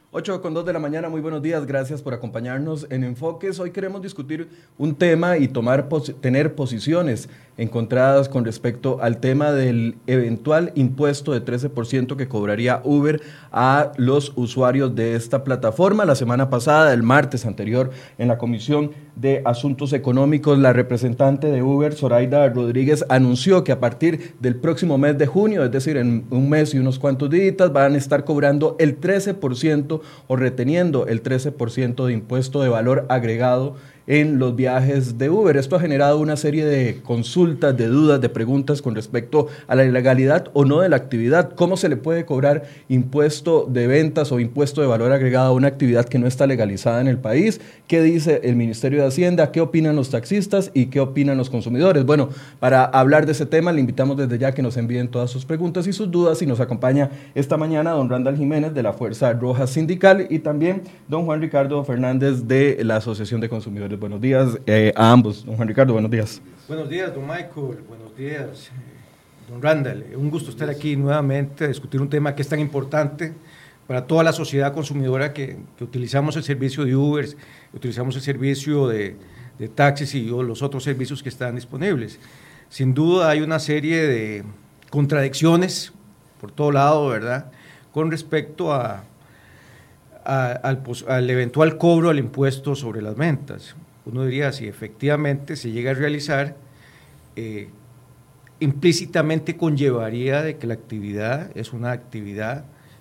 8:02 de la mañana, muy buenos días, gracias por acompañarnos en Enfoques. Hoy queremos discutir un tema y tener posiciones encontradas con respecto al tema del eventual impuesto de 13% que cobraría Uber a los usuarios de esta plataforma. La semana pasada, el martes anterior, en la Comisión de Asuntos Económicos, la representante de Uber, Zoraida Rodríguez, anunció que a partir del próximo mes de junio, es decir, en un mes y unos cuantos días, van a estar cobrando el 13% o reteniendo el 13% de impuesto de valor agregado en los viajes de Uber. Esto ha generado una serie de consultas, de dudas, de preguntas con respecto a la ilegalidad o no de la actividad. ¿Cómo se le puede cobrar impuesto de ventas o impuesto de valor agregado a una actividad que no está legalizada en el país? ¿Qué dice el Ministerio de Hacienda? ¿Qué opinan los taxistas? ¿Y qué opinan los consumidores? Bueno, para hablar de ese tema, le invitamos desde ya que nos envíen todas sus preguntas y sus dudas, y nos acompaña esta mañana don Randall Jiménez de la Fuerza Roja Sindical y también don Juan Ricardo Fernández de la Asociación de Consumidores. Buenos días a ambos. Don Juan Ricardo, buenos días. Buenos días, don Michael. Buenos días, don Randall. Un gusto estar aquí nuevamente a discutir un tema que es tan importante para toda la sociedad consumidora que utilizamos el servicio de Uber, utilizamos el servicio de taxis y los otros servicios que están disponibles. Sin duda hay una serie de contradicciones por todo lado, ¿verdad?, con respecto al eventual cobro al impuesto sobre las ventas. Uno diría, si efectivamente se llega a realizar, implícitamente conllevaría de que la actividad es una actividad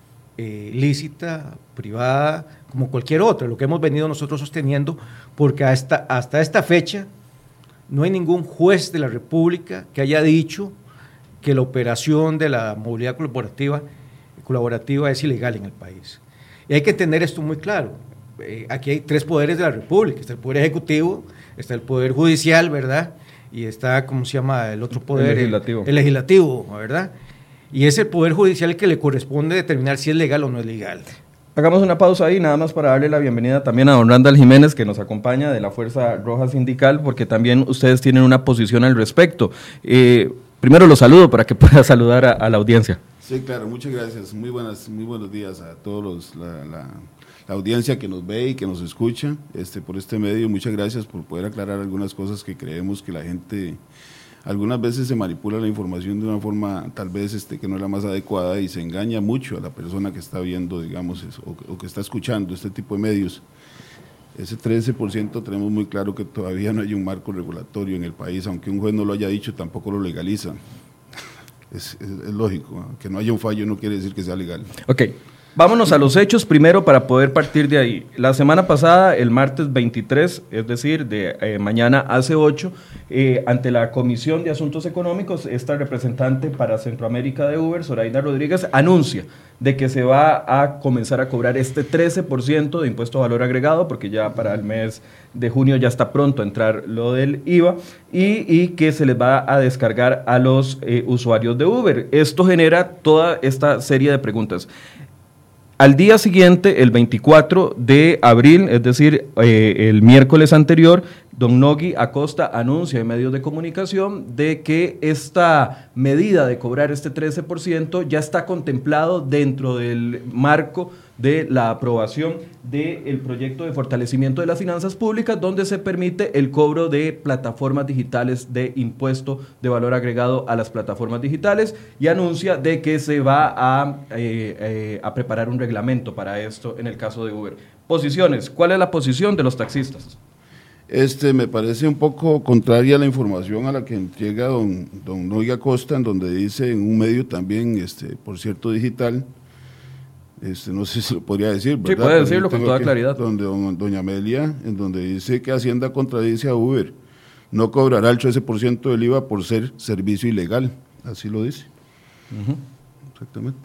lícita, privada, como cualquier otra, lo que hemos venido nosotros sosteniendo, porque hasta esta fecha no hay ningún juez de la República que haya dicho que la operación de la movilidad colaborativa es ilegal en el país. Y hay que tener esto muy claro. Aquí hay tres poderes de la República: está el Poder Ejecutivo, está el Poder Judicial, ¿verdad?, y está, ¿cómo se llama?, el otro poder, el legislativo, ¿verdad?, y es el Poder Judicial el que le corresponde determinar si es legal o no es legal. Hagamos una pausa ahí, nada más para darle la bienvenida también a don Randall Jiménez, que nos acompaña de la Fuerza Roja Sindical, porque también ustedes tienen una posición al respecto. Primero los saludo para que pueda saludar a la audiencia. Sí, claro, muchas gracias. Muy buenos días a todos la audiencia que nos ve y que nos escucha por este medio. Muchas gracias por poder aclarar algunas cosas que creemos que la gente algunas veces se manipula la información de una forma tal vez que no es la más adecuada y se engaña mucho a la persona que está viendo, digamos, o que está escuchando este tipo de medios. Ese 13% tenemos muy claro que todavía no hay un marco regulatorio en el país, aunque un juez no lo haya dicho, tampoco lo legaliza. Es lógico, ¿no? Que no haya un fallo no quiere decir que sea legal. Ok, vámonos a los hechos primero para poder partir de ahí. La semana pasada, el martes 23, es decir, de mañana hace 8, ante la Comisión de Asuntos Económicos, esta representante para Centroamérica de Uber, Zoraida Rodríguez, anuncia de que se va a comenzar a cobrar este 13% de impuesto a valor agregado, porque ya para el mes de junio ya está pronto a entrar lo del IVA, y que se les va a descargar a los usuarios de Uber. Esto genera toda esta serie de preguntas. Al día siguiente, el 24 de abril, es decir, el miércoles anterior, don Nogui Acosta anuncia en medios de comunicación de que esta medida de cobrar este 13% ya está contemplado dentro del marco de la aprobación del proyecto de fortalecimiento de las finanzas públicas, donde se permite el cobro de plataformas digitales de impuesto de valor agregado a las plataformas digitales, y anuncia de que se va a preparar un reglamento para esto en el caso de Uber. Posiciones, ¿cuál es la posición de los taxistas? Me parece un poco contraria a la información a la que entrega don Nogui Acosta, en donde dice en un medio también, por cierto, digital, no sé si lo podría decir, ¿verdad? Sí, puede decirlo con toda claridad. Donde doña Amelia, en donde dice que Hacienda contradice a Uber, no cobrará el 13% del IVA por ser servicio ilegal, así lo dice. Exactamente.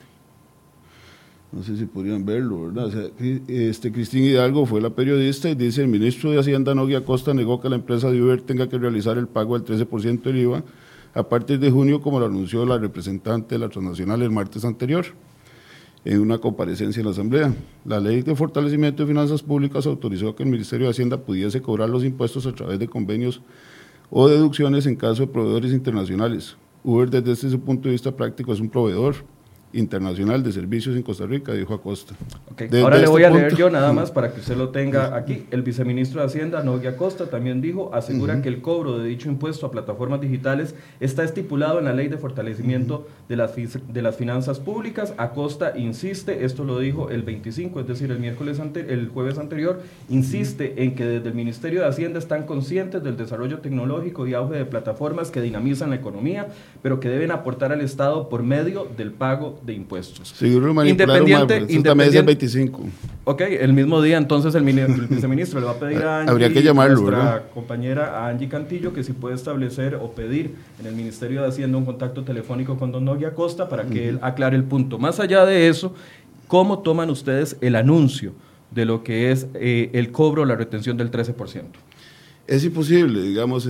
No sé si podrían verlo, ¿verdad? O sea, Cristina Hidalgo fue la periodista y dice: el ministro de Hacienda, Nogui Acosta, negó que la empresa de Uber tenga que realizar el pago del 13% del IVA a partir de junio, como lo anunció la representante de la transnacional el martes anterior, en una comparecencia en la Asamblea. La Ley de Fortalecimiento de Finanzas Públicas autorizó que el Ministerio de Hacienda pudiese cobrar los impuestos a través de convenios o deducciones en caso de proveedores internacionales. Uber, desde su punto de vista práctico, es un proveedor internacional de servicios en Costa Rica, dijo Acosta. Okay. Ahora le voy a leer yo nada más para que usted lo tenga aquí. El viceministro de Hacienda, Nogui Acosta, también dijo, asegura que el cobro de dicho impuesto a plataformas digitales está estipulado en la Ley de Fortalecimiento de las Finanzas Públicas. Acosta insiste, esto lo dijo el 25, es decir, el jueves anterior, insiste en que desde el Ministerio de Hacienda están conscientes del desarrollo tecnológico y auge de plataformas que dinamizan la economía, pero que deben aportar al Estado por medio del pago de impuestos. Seguro independiente. También es el 25. Ok, el mismo día entonces el viceministro le va a pedir a Angie, habría que llamarlo, nuestra ¿verdad? compañera Angie Cantillo, que si puede establecer o pedir en el Ministerio de Hacienda un contacto telefónico con don Nogui Acosta para que él aclare el punto. Más allá de eso, ¿cómo toman ustedes el anuncio de lo que es el cobro o la retención del 13%? Es imposible,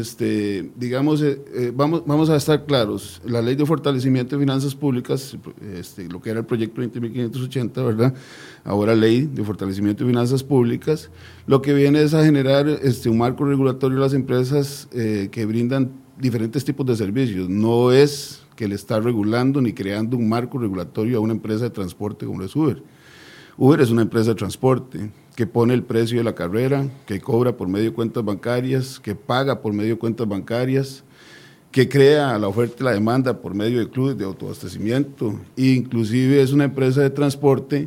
vamos a estar claros. La Ley de Fortalecimiento de Finanzas Públicas, lo que era el proyecto 20.580, ¿verdad? Ahora Ley de Fortalecimiento de Finanzas Públicas, lo que viene es a generar un marco regulatorio a las empresas que brindan diferentes tipos de servicios. No es que le está regulando ni creando un marco regulatorio a una empresa de transporte como es Uber. Uber es una empresa de transporte que pone el precio de la carrera, que cobra por medio de cuentas bancarias, que paga por medio de cuentas bancarias, que crea la oferta y la demanda por medio de clubes de autoabastecimiento, e inclusive es una empresa de transporte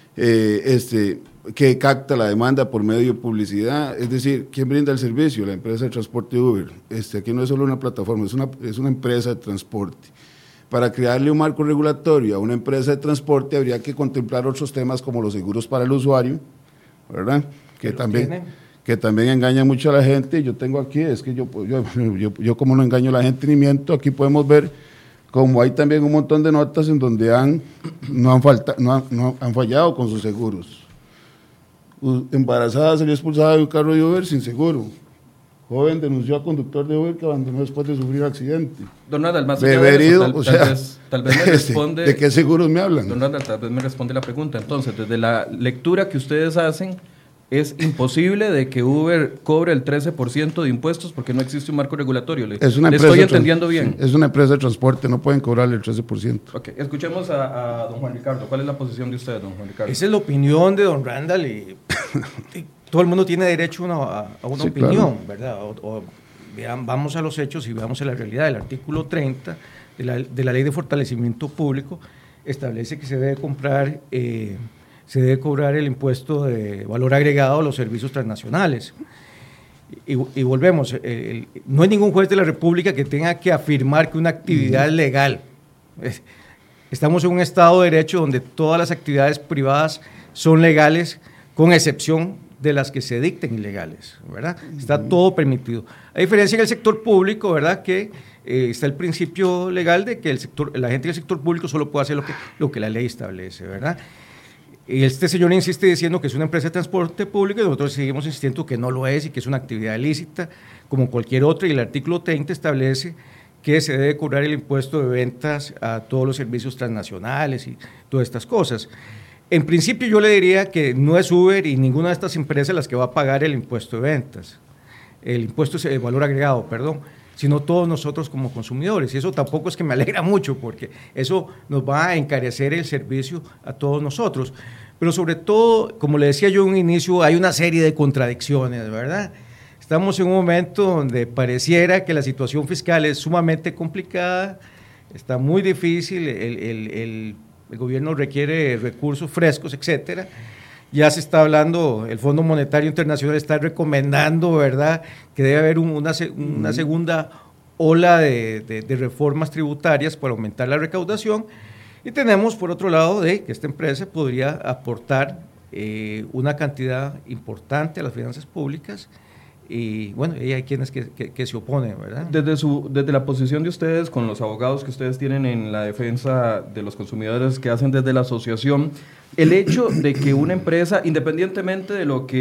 que capta la demanda por medio de publicidad. Es decir, ¿quién brinda el servicio? La empresa de transporte Uber. Aquí no es solo una plataforma, es una empresa de transporte. Para crearle un marco regulatorio a una empresa de transporte habría que contemplar otros temas como los seguros para el usuario, ¿verdad? Que también engaña mucho a la gente. Yo tengo aquí, es que yo como no engaño a la gente ni miento, aquí podemos ver como hay también un montón de notas en donde no han fallado con sus seguros. Embarazada salió expulsada de un carro de Uber sin seguro. Joven denunció a conductor de Uber que abandonó después de sufrir accidente. Don Randall, más allá de eso, tal vez me responde... ¿De qué seguros me hablan? Don Randall, tal vez me responde la pregunta. Entonces, desde la lectura que ustedes hacen, es imposible de que Uber cobre el 13% de impuestos porque no existe un marco regulatorio. ¿Le estoy entendiendo bien? Sí, es una empresa de transporte, no pueden cobrarle el 13%. Ok, escuchemos a don Juan Ricardo. ¿Cuál es la posición de usted, don Juan Ricardo? Esa es la opinión de don Randall y todo el mundo tiene derecho a una opinión, claro, ¿verdad? Vamos a los hechos y veamos la realidad. El artículo 30 de la Ley de Fortalecimiento Público establece que se debe cobrar el impuesto de valor agregado a los servicios transnacionales. Y volvemos, no hay ningún juez de la República que tenga que afirmar que una actividad es legal. Estamos en un Estado de Derecho donde todas las actividades privadas son legales, con excepción de las que se dicten ilegales, ¿verdad? Está todo permitido. A diferencia en el sector público, ¿verdad?, que está el principio legal de que la gente del sector público solo puede hacer lo que la ley establece, ¿verdad? Y este señor insiste diciendo que es una empresa de transporte público y nosotros seguimos insistiendo que no lo es y que es una actividad ilícita como cualquier otra, y el artículo 30 establece que se debe cobrar el impuesto de ventas a todos los servicios transnacionales y todas estas cosas. En principio yo le diría que no es Uber y ninguna de estas empresas las que va a pagar el impuesto de ventas, el impuesto es el valor agregado, sino todos nosotros como consumidores. Y eso tampoco es que me alegra mucho, porque eso nos va a encarecer el servicio a todos nosotros. Pero sobre todo, como le decía yo en un inicio, hay una serie de contradicciones, ¿verdad? Estamos en un momento donde pareciera que la situación fiscal es sumamente complicada, está muy difícil, el gobierno requiere recursos frescos, etcétera. Ya se está hablando, el Fondo Monetario Internacional está recomendando, ¿verdad?, que debe haber una segunda ola de reformas tributarias para aumentar la recaudación. Y tenemos, por otro lado, que esta empresa podría aportar una cantidad importante a las finanzas públicas. Y bueno, y hay quienes que se oponen, ¿verdad? Desde la posición de ustedes, con los abogados que ustedes tienen en la defensa de los consumidores que hacen desde la asociación, el hecho de que una empresa, independientemente de lo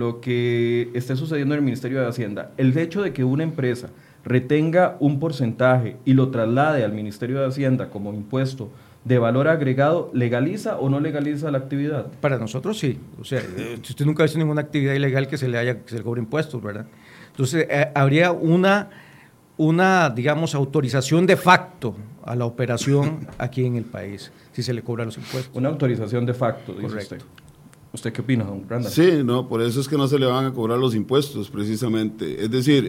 que esté sucediendo en el Ministerio de Hacienda, el hecho de que una empresa retenga un porcentaje y lo traslade al Ministerio de Hacienda como impuesto de valor agregado, ¿legaliza o no legaliza la actividad? Para nosotros sí. O sea, si usted nunca ha visto ninguna actividad ilegal que se le cobre impuestos, ¿verdad? Entonces, habría una una, digamos, autorización de facto a la operación aquí en el país, si se le cobran los impuestos. Una autorización de facto, dice Correcto. usted. ¿Usted qué opina, don Randall? Sí, no, por eso es que no se le van a cobrar los impuestos, precisamente. Es decir,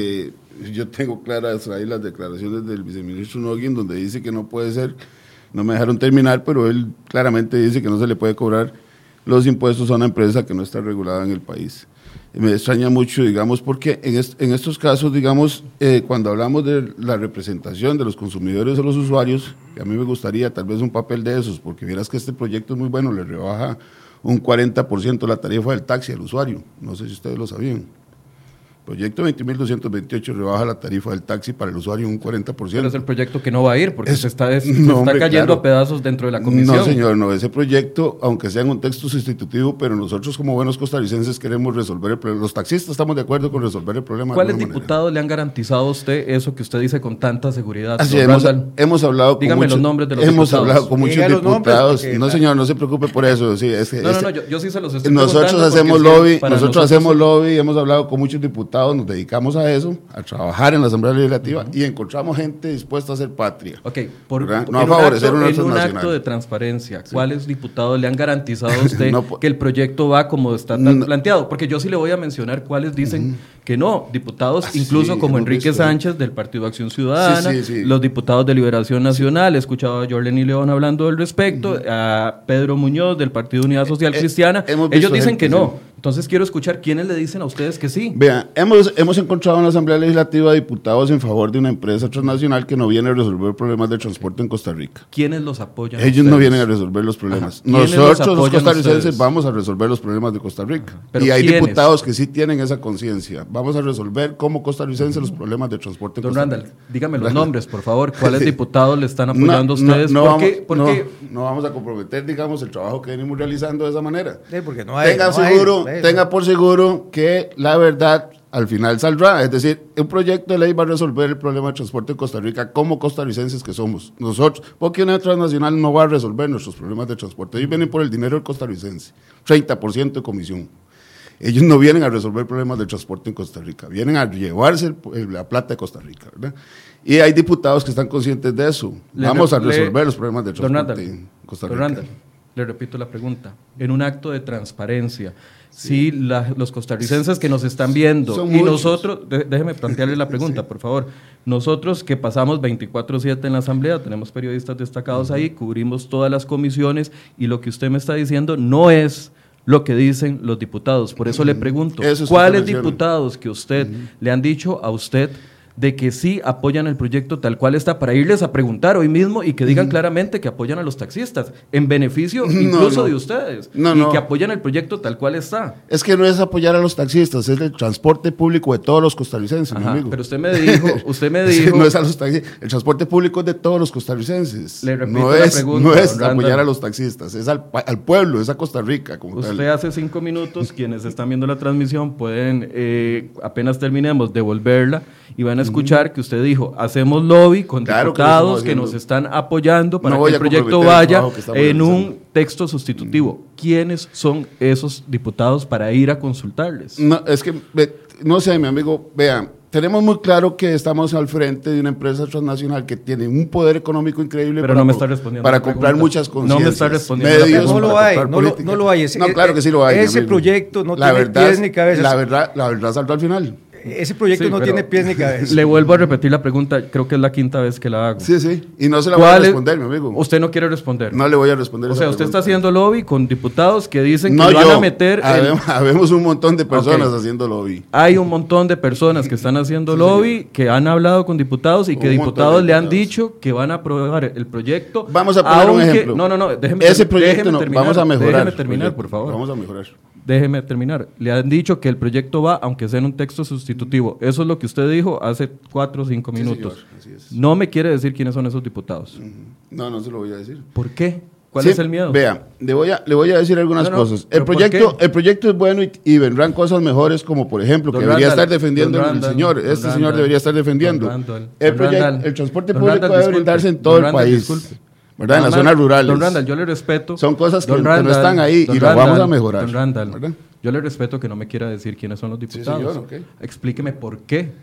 yo tengo claras ahí las declaraciones del viceministro Noguín, donde dice que no puede ser, no me dejaron terminar, pero él claramente dice que no se le puede cobrar los impuestos a una empresa que no está regulada en el país. Me extraña mucho, digamos, porque en estos casos, digamos, cuando hablamos de la representación de los consumidores o los usuarios, que a mí me gustaría tal vez un papel de esos, porque vieras que este proyecto es muy bueno, le rebaja un 40% la tarifa del taxi al usuario. No sé si ustedes lo sabían. Proyecto 20.228 rebaja la tarifa del taxi para el usuario un 40%. Pero es el proyecto que no va a ir, porque se está hombre, cayendo claro. a pedazos dentro de la comisión. No, señor, no. Ese proyecto, aunque sea en un texto sustitutivo, pero nosotros como buenos costarricenses queremos resolver el problema. Los taxistas estamos de acuerdo con resolver el problema. ¿Cuáles diputados le han garantizado a usted eso que usted dice con tanta seguridad? Así, don Randall? hemos hablado con Dígame muchos, los nombres de los hemos diputados. hablado con muchos Diga los nombres, diputados. porque No, señor, no se preocupe por eso. Sí, No, yo sí se los estoy nosotros preguntando hacemos porque lobby, para nosotros hacemos lobby, hemos hablado con muchos diputados, nos dedicamos a eso, a trabajar en la Asamblea Legislativa y encontramos gente dispuesta a hacer patria. Ok, No a favorecer una en un transnacional. acto de transparencia, ¿cuáles diputados le han garantizado a usted No, que el proyecto va como está planteado? Porque yo sí le voy a mencionar cuáles dicen que no. Diputados incluso como hemos Enrique visto. Sánchez del Partido Acción Ciudadana, Sí. los diputados de Liberación Nacional, he escuchado a Jorleni León hablando al respecto, a Pedro Muñoz del Partido Unidad Social Cristiana. hemos visto Ellos dicen gente, que no. sí. Entonces quiero escuchar quiénes le dicen a ustedes que sí. Vean, hemos encontrado en la Asamblea Legislativa diputados en favor de una empresa transnacional que no viene a resolver problemas de transporte en Costa Rica. ¿Quiénes los apoyan? Ellos no vienen a resolver los problemas. Ajá. ¿Quiénes los Nosotros, los apoyan costarricenses, ustedes? vamos a resolver los problemas de Costa Rica. ¿Pero Y hay quiénes? diputados que sí tienen esa conciencia. Vamos a resolver como costarricenses los problemas de transporte en Don Costa Randall, Rica. dígame los nombres, por favor. ¿Cuáles diputados le están apoyando a No, ustedes? no ¿Por vamos, qué? ¿Por qué? no vamos a comprometer, digamos, el trabajo que venimos realizando de esa manera. Sí, porque no hay, Tenga por seguro que la verdad al final saldrá. Es decir, un proyecto de ley va a resolver el problema de transporte en Costa Rica como costarricenses que somos nosotros, porque una transnacional no va a resolver nuestros problemas de transporte. Ellos vienen por el dinero del costarricense, 30% de comisión. Ellos no vienen a resolver problemas de transporte en Costa Rica, vienen a llevarse la plata de Costa Rica, ¿verdad? Y hay diputados que están conscientes de eso. Vamos a resolver los problemas de transporte en Costa Rica. Don Randall, le repito la pregunta. En un acto de transparencia, si los costarricenses que nos están viendo Son y muchos. nosotros, déjeme plantearle la pregunta, por favor. Nosotros que pasamos 24/7 en la Asamblea, tenemos periodistas destacados ahí, cubrimos todas las comisiones y lo que usted me está diciendo no es lo que dicen los diputados. Por eso le pregunto, Eso es ¿cuáles que menciona. diputados que usted le han dicho a usted de que sí apoyan el proyecto tal cual está, para irles a preguntar hoy mismo y que digan claramente que apoyan a los taxistas, en beneficio incluso de ustedes, que apoyan el proyecto tal cual está? Es que no es apoyar a los taxistas, es el transporte público de todos los costarricenses, mi amigo. Pero usted me dijo... no es a los taxistas, el transporte público es de todos los costarricenses. Le repito no la es, pregunta, no es don Randall. apoyar a los taxistas, es al pueblo, es a Costa Rica como Usted tal. hace 5 minutos, quienes están viendo la transmisión pueden, apenas terminemos, devolverla y van a escuchar que usted dijo, hacemos lobby con Claro que lo diputados estamos que nos haciendo. están apoyando para No que voy el a proyecto comprometer el vaya trabajo que estamos en realizando. un texto sustitutivo. ¿Quiénes son esos diputados para ir a consultarles? No, es que, no sé, mi amigo, vean, tenemos muy claro que estamos al frente de una empresa transnacional que tiene un poder económico increíble Pero no me está respondiendo para la comprar pregunta. muchas conciencias. No me está respondiendo la medios pregunta. No lo para hay, comprar política. no lo hay. No, claro que sí lo hay. mi Ese amigo. proyecto no La tiene verdad, pies ni cabeza. La verdad saldrá al final. Ese proyecto Sí, no pero tiene pies ni cabeza. Le vuelvo a repetir la pregunta, creo que es la 5ª vez que la hago. Sí, y no se la voy a ¿Cuál es- responder, mi amigo. Usted no quiere responder. No le voy a responder O esa sea, usted está pregunta. haciendo lobby con diputados que dicen que No, van yo. a meter... Habemos un montón de personas Ok. haciendo lobby. Hay un montón de personas que están haciendo lobby, que han hablado con diputados y que Un montón diputados de le han diputados. dicho que van a aprobar el proyecto. Vamos a poner un ejemplo. No, déjeme Ese proyecto déjeme no, terminar, vamos a mejorar. Déjeme terminar, proyecto. por favor. Vamos a mejorar. Déjeme terminar. Le han dicho que el proyecto va, aunque sea en un texto sustitutivo. Eso es lo que usted dijo hace 4 o 5 Sí, minutos. señor, así es. No me quiere decir quiénes son esos diputados. No se lo voy a decir. ¿Por qué? ¿Cuál Sí, es el miedo? Vea, le voy a decir algunas No, cosas. ¿pero por qué? El proyecto es bueno y vendrán cosas mejores, como por ejemplo, Don que debería Randall, estar defendiendo don el Randall, señor. don Este señor Randall, debería estar defendiendo. don Randall, El don Randall, el transporte don público Randall, debe disculpe, brindarse en don todo el Randall, país. disculpe. ¿Verdad? En las Don zonas Randall, rurales. Don Randall, yo le respeto. Son cosas que Don no Randall, están ahí don y las vamos a Randall, mejorar. Don Randall, ¿verdad? yo le respeto que no me quiera decir quiénes son los diputados. señor, ok. Explíqueme por qué.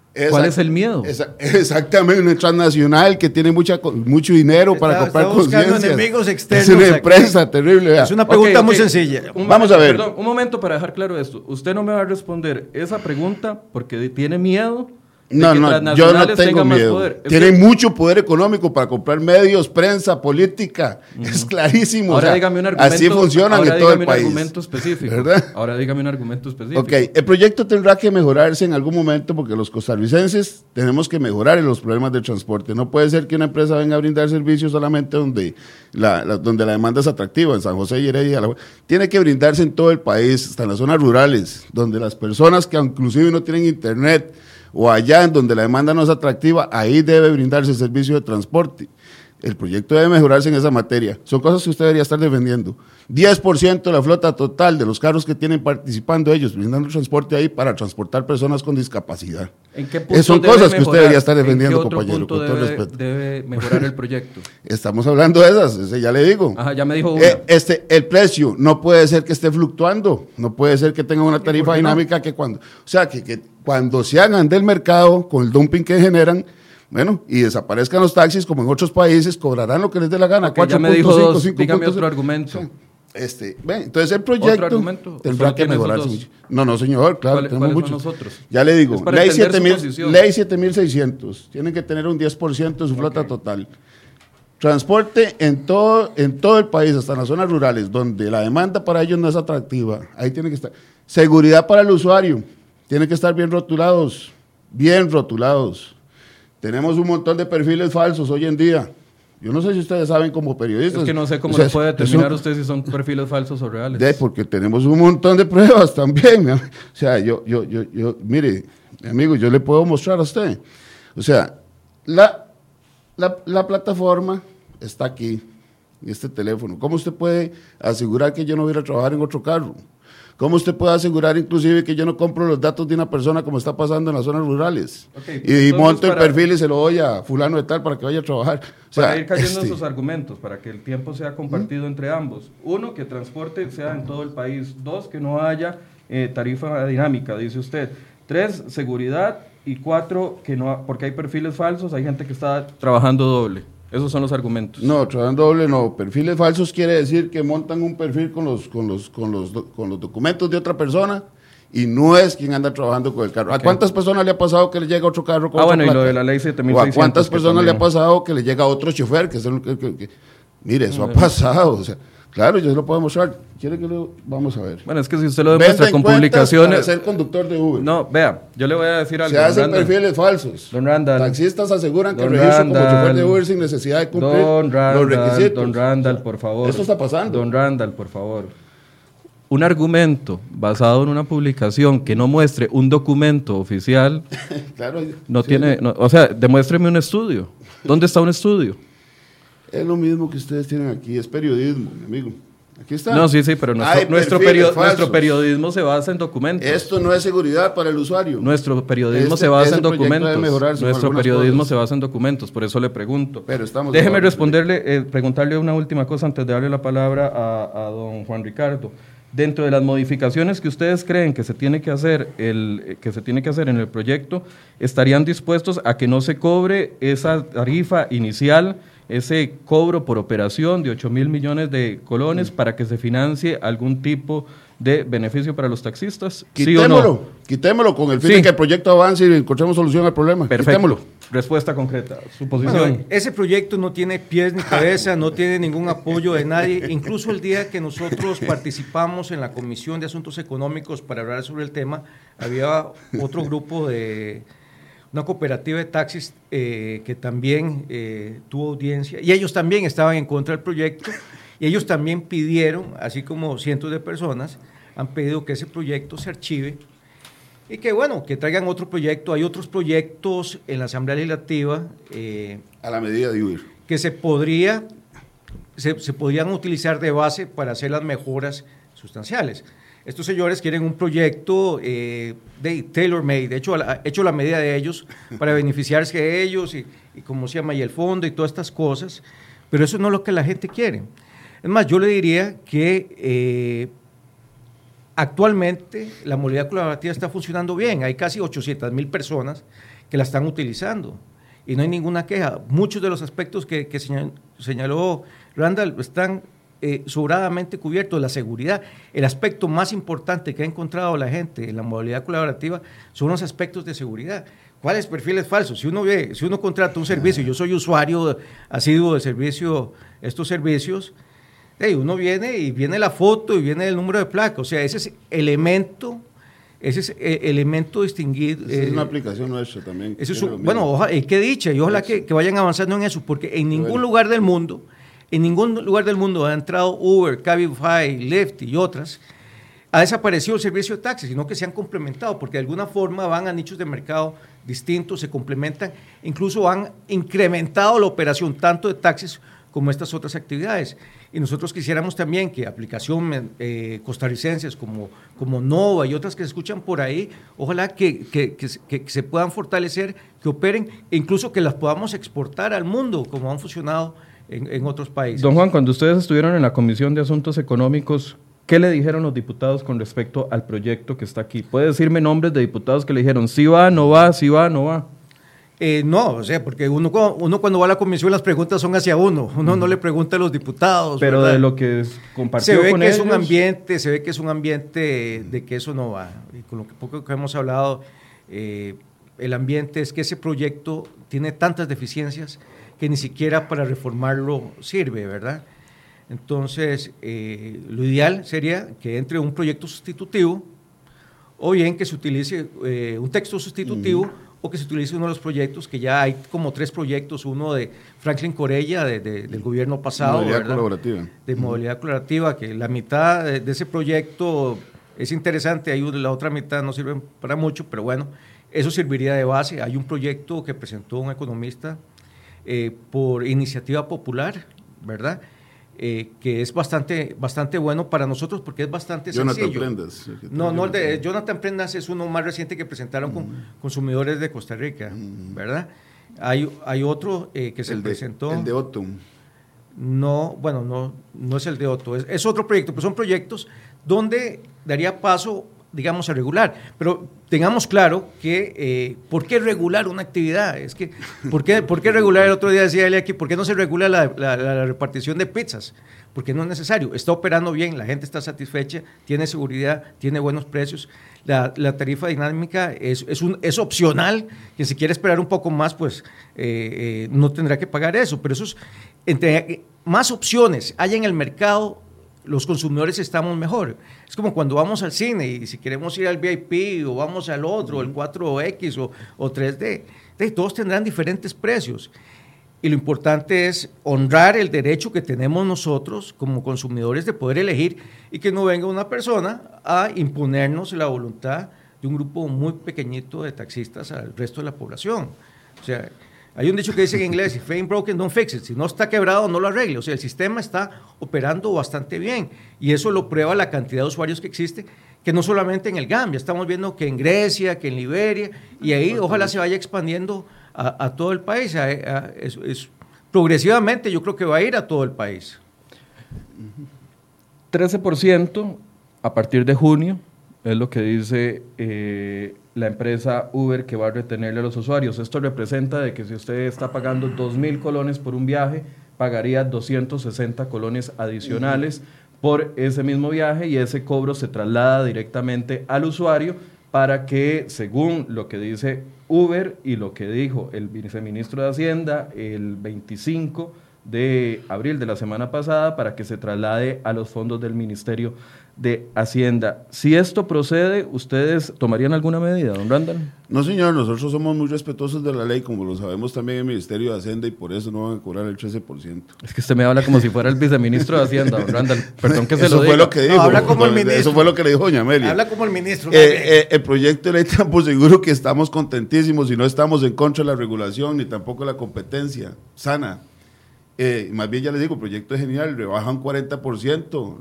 ¿Cuál es el miedo? Exactamente, una transnacional que tiene mucho dinero para comprar conciencias. Enemigos externos. Es una empresa terrible. Vea. Es una pregunta muy sencilla. Vamos a ver. Perdón, un momento para dejar claro esto. Usted no me va a responder esa pregunta porque tiene miedo. No, yo no tengo miedo. Tienen mucho poder económico para comprar medios, prensa, política. Es clarísimo. Ahora dígame un argumento. Así funcionan en todo el país. Argumento específico. ¿Verdad? Ahora dígame un argumento específico. Ok, el proyecto tendrá que mejorarse en algún momento porque los costarricenses tenemos que mejorar en los problemas de transporte. No puede ser que una empresa venga a brindar servicios solamente donde la demanda es atractiva, en San José y Heredia. Tiene que brindarse en todo el país, hasta en las zonas rurales, donde las personas que inclusive no tienen internet, o allá en donde la demanda no es atractiva, ahí debe brindarse el servicio de transporte. El proyecto debe mejorarse en esa materia. Son cosas que usted debería estar defendiendo. 10% de la flota total de los carros que tienen participando ellos, brindando transporte ahí para transportar personas con discapacidad. ¿En qué punto son cosas que usted debería estar defendiendo, compañero, con todo respeto. Debe mejorar el proyecto? Estamos hablando de esas, ya le digo. Ajá, ya me dijo una. El precio no puede ser que esté fluctuando, no puede ser que tenga una tarifa dinámica que cuando se hagan del mercado con el dumping que generan, bueno, y desaparezcan los taxis como en otros países, cobrarán lo que les dé la gana. Okay, 4. Ya me dijo 2, dígame otro argumento. Entonces el proyecto tendrá que mejorarse. No, señor, claro, tenemos muchos. Son nosotros? Ya le digo, ley 7.600, tienen que tener un 10% de su flota total. Transporte en todo el país, hasta en las zonas rurales, donde la demanda para ellos no es atractiva, ahí tiene que estar. Seguridad para el usuario, tiene que estar bien rotulados. Tenemos un montón de perfiles falsos hoy en día. Yo no sé si ustedes saben como periodistas. Es que no sé cómo lo puede determinar usted si son perfiles falsos o reales. Porque tenemos un montón de pruebas también. O sea, mire, amigo, yo le puedo mostrar a usted. O sea, la plataforma está aquí, en este teléfono. ¿Cómo usted puede asegurar que yo no voy a ir a trabajar en otro carro? ¿Cómo usted puede asegurar inclusive que yo no compro los datos de una persona como está pasando en las zonas rurales? Okay, y monto el perfil y se lo doy a fulano de tal para que vaya a trabajar. O sea, para ir cayendo en sus argumentos, para que el tiempo sea compartido entre ambos. 1, que transporte sea en todo el país. 2, que no haya tarifa dinámica, dice usted. 3, seguridad. Y 4, que no, porque hay perfiles falsos, hay gente que está trabajando doble. Esos son los argumentos. No, trabajando doble no. Perfiles falsos quiere decir que montan un perfil con los documentos de otra persona y no es quien anda trabajando con el carro. Okay. ¿A cuántas personas le ha pasado que le llega otro carro con otra bueno, plata? Y lo de la ley 7.600. ¿O a cuántas personas le ha pasado que le llega otro chofer? Mire, eso ha pasado. O sea, claro, yo se lo puedo mostrar. ¿Quiere que lo vamos a ver? Bueno, es que si usted lo demuestra con publicaciones... Para ser conductor de Uber. No, vea, yo le voy a decir algo. Se hacen perfiles falsos. Don Randall. Taxistas aseguran que registran como chofer de Uber sin necesidad de cumplir los requisitos. Don Randall, por favor. Eso está pasando. Don Randall, por favor. Un argumento basado en una publicación que no muestre un documento oficial, claro, no tiene... No, o sea, demuéstreme un estudio. ¿Dónde está un estudio? Es lo mismo que ustedes tienen aquí, es periodismo, mi amigo. Aquí está. No, sí, pero nuestro periodismo se basa en documentos. Esto no es seguridad para el usuario. Nuestro periodismo se basa en documentos. Nuestro periodismo se basa en documentos, por eso le pregunto. Pero Déjeme preguntarle una última cosa antes de darle la palabra a don Juan Ricardo. Dentro de las modificaciones que ustedes creen que se tiene que hacer en el proyecto, ¿estarían dispuestos a que no se cobre esa tarifa inicial, ese cobro por operación de 8.000 millones de colones para que se financie algún tipo de beneficio para los taxistas? Quitémoslo, quitémoslo con el fin de que el proyecto avance y encontremos solución al problema. Perfecto. Quitémoslo. Respuesta concreta, su posición. Bueno, ese proyecto no tiene pies ni cabeza, no tiene ningún apoyo de nadie. Incluso el día que nosotros participamos en la Comisión de Asuntos Económicos para hablar sobre el tema, había otro grupo de una cooperativa de taxis que también tuvo audiencia, y ellos también estaban en contra del proyecto, y ellos también pidieron, así como cientos de personas, han pedido que ese proyecto se archive, y que bueno, que traigan otro proyecto. Hay otros proyectos en la Asamblea Legislativa a la medida de Uber que se podrían utilizar de base para hacer las mejoras sustanciales. Estos señores quieren un proyecto de tailor-made, hecho a la medida de ellos, para beneficiarse de ellos y cómo se llama, y el fondo y todas estas cosas, pero eso no es lo que la gente quiere. Es más, yo le diría que actualmente la modalidad colaborativa está funcionando bien. Hay casi 800,000 personas que la están utilizando y no hay ninguna queja. Muchos de los aspectos que señaló Randall están sobradamente cubiertos. La seguridad, el aspecto más importante que ha encontrado la gente en la modalidad colaborativa son los aspectos de seguridad. ¿Cuáles perfiles falsos? Si uno contrata un servicio, yo soy usuario asiduo de estos servicios, uno viene la foto y viene el número de placa, o sea, ese elemento distinguido. Esa es una aplicación nuestra también. Bueno, qué dicha, y ojalá que vayan avanzando en eso, porque en ningún lugar del mundo ha entrado Uber, Cabify, Lyft y otras, ha desaparecido el servicio de taxis, sino que se han complementado, porque de alguna forma van a nichos de mercado distintos, se complementan, incluso han incrementado la operación tanto de taxis como estas otras actividades. Y nosotros quisiéramos también que aplicaciones costarricenses como Nova y otras que se escuchan por ahí, ojalá que se puedan fortalecer, que operen, e incluso que las podamos exportar al mundo, como han funcionado en otros países. Don Juan, cuando ustedes estuvieron en la Comisión de Asuntos Económicos, ¿qué le dijeron los diputados con respecto al proyecto que está aquí? ¿Puede decirme nombres de diputados que le dijeron sí va, no va, sí va, no va? No, o sea, porque uno cuando va a la comisión las preguntas son hacia uno no le pregunta a los diputados. Pero ¿verdad? de lo que compartió se ve con que ellos, se ve que es un ambiente de que eso no va. Y con lo que poco que hemos hablado, el ambiente es que ese proyecto tiene tantas deficiencias que ni siquiera para reformarlo sirve, ¿verdad? Entonces, lo ideal sería que entre un proyecto sustitutivo o bien que se utilice un texto sustitutivo o que se utilice uno de los proyectos, que ya hay como 3 proyectos, uno de Franklin Corella del gobierno pasado. Modalidad colaborativa. De modalidad colaborativa, que la mitad de ese proyecto es interesante, la otra mitad no sirve para mucho, pero bueno, eso serviría de base. Hay un proyecto que presentó un economista por iniciativa popular, ¿verdad?, que es bastante bueno para nosotros porque es bastante sencillo. Jonathan Prendas. No, el de Jonathan Prendas es uno más reciente que presentaron con consumidores de Costa Rica, ¿verdad? Hay otro que se presentó. El de Otto. No, bueno, no es el de Otto, es otro proyecto, pero son proyectos donde daría paso, digamos, a regular, pero tengamos claro que ¿por qué regular una actividad? Es que, ¿por qué regular? El otro día decía él aquí, ¿por qué no se regula la repartición de pizzas? Porque no es necesario, está operando bien, la gente está satisfecha, tiene seguridad, tiene buenos precios, la tarifa dinámica es opcional, quien se quiere esperar un poco más, pues no tendrá que pagar eso, pero entre más opciones hay en el mercado, los consumidores estamos mejor. Es como cuando vamos al cine y si queremos ir al VIP o vamos al otro, el 4X o 3D, todos tendrán diferentes precios. Y lo importante es honrar el derecho que tenemos nosotros como consumidores de poder elegir y que no venga una persona a imponernos la voluntad de un grupo muy pequeñito de taxistas al resto de la población. O sea, hay un dicho que dice en inglés, if ain't broken, don't fix it. Si no está quebrado, no lo arregle. O sea, el sistema está operando bastante bien y eso lo prueba la cantidad de usuarios que existe, que no solamente en el Gambia, estamos viendo que en Grecia, que en Liberia, y ahí ojalá se vaya expandiendo a todo el país. Progresivamente yo creo que va a ir a todo el país. 13% a partir de junio es lo que dice la empresa Uber que va a retenerle a los usuarios. Esto representa de que si usted está pagando 2.000 colones por un viaje, pagaría 260 colones adicionales por ese mismo viaje y ese cobro se traslada directamente al usuario para que, según lo que dice Uber y lo que dijo el viceministro de Hacienda el 25 de abril de la semana pasada, para que se traslade a los fondos del Ministerio de Hacienda. Si esto procede, ¿ustedes tomarían alguna medida, don Randall? No, señor, nosotros somos muy respetuosos de la ley, como lo sabemos también en el Ministerio de Hacienda, y por eso no van a cobrar el 13%. Es que usted me habla como si fuera el viceministro de Hacienda, don Randall. Perdón que se eso lo diga. Fue lo que dijo. No, habla como el ministro. Eso fue lo que le dijo doña Amelia. Habla como el ministro. El proyecto de ley tampoco seguro que estamos contentísimos y no estamos en contra de la regulación ni tampoco de la competencia sana. Más bien ya les digo, el proyecto es genial, rebaja un 40%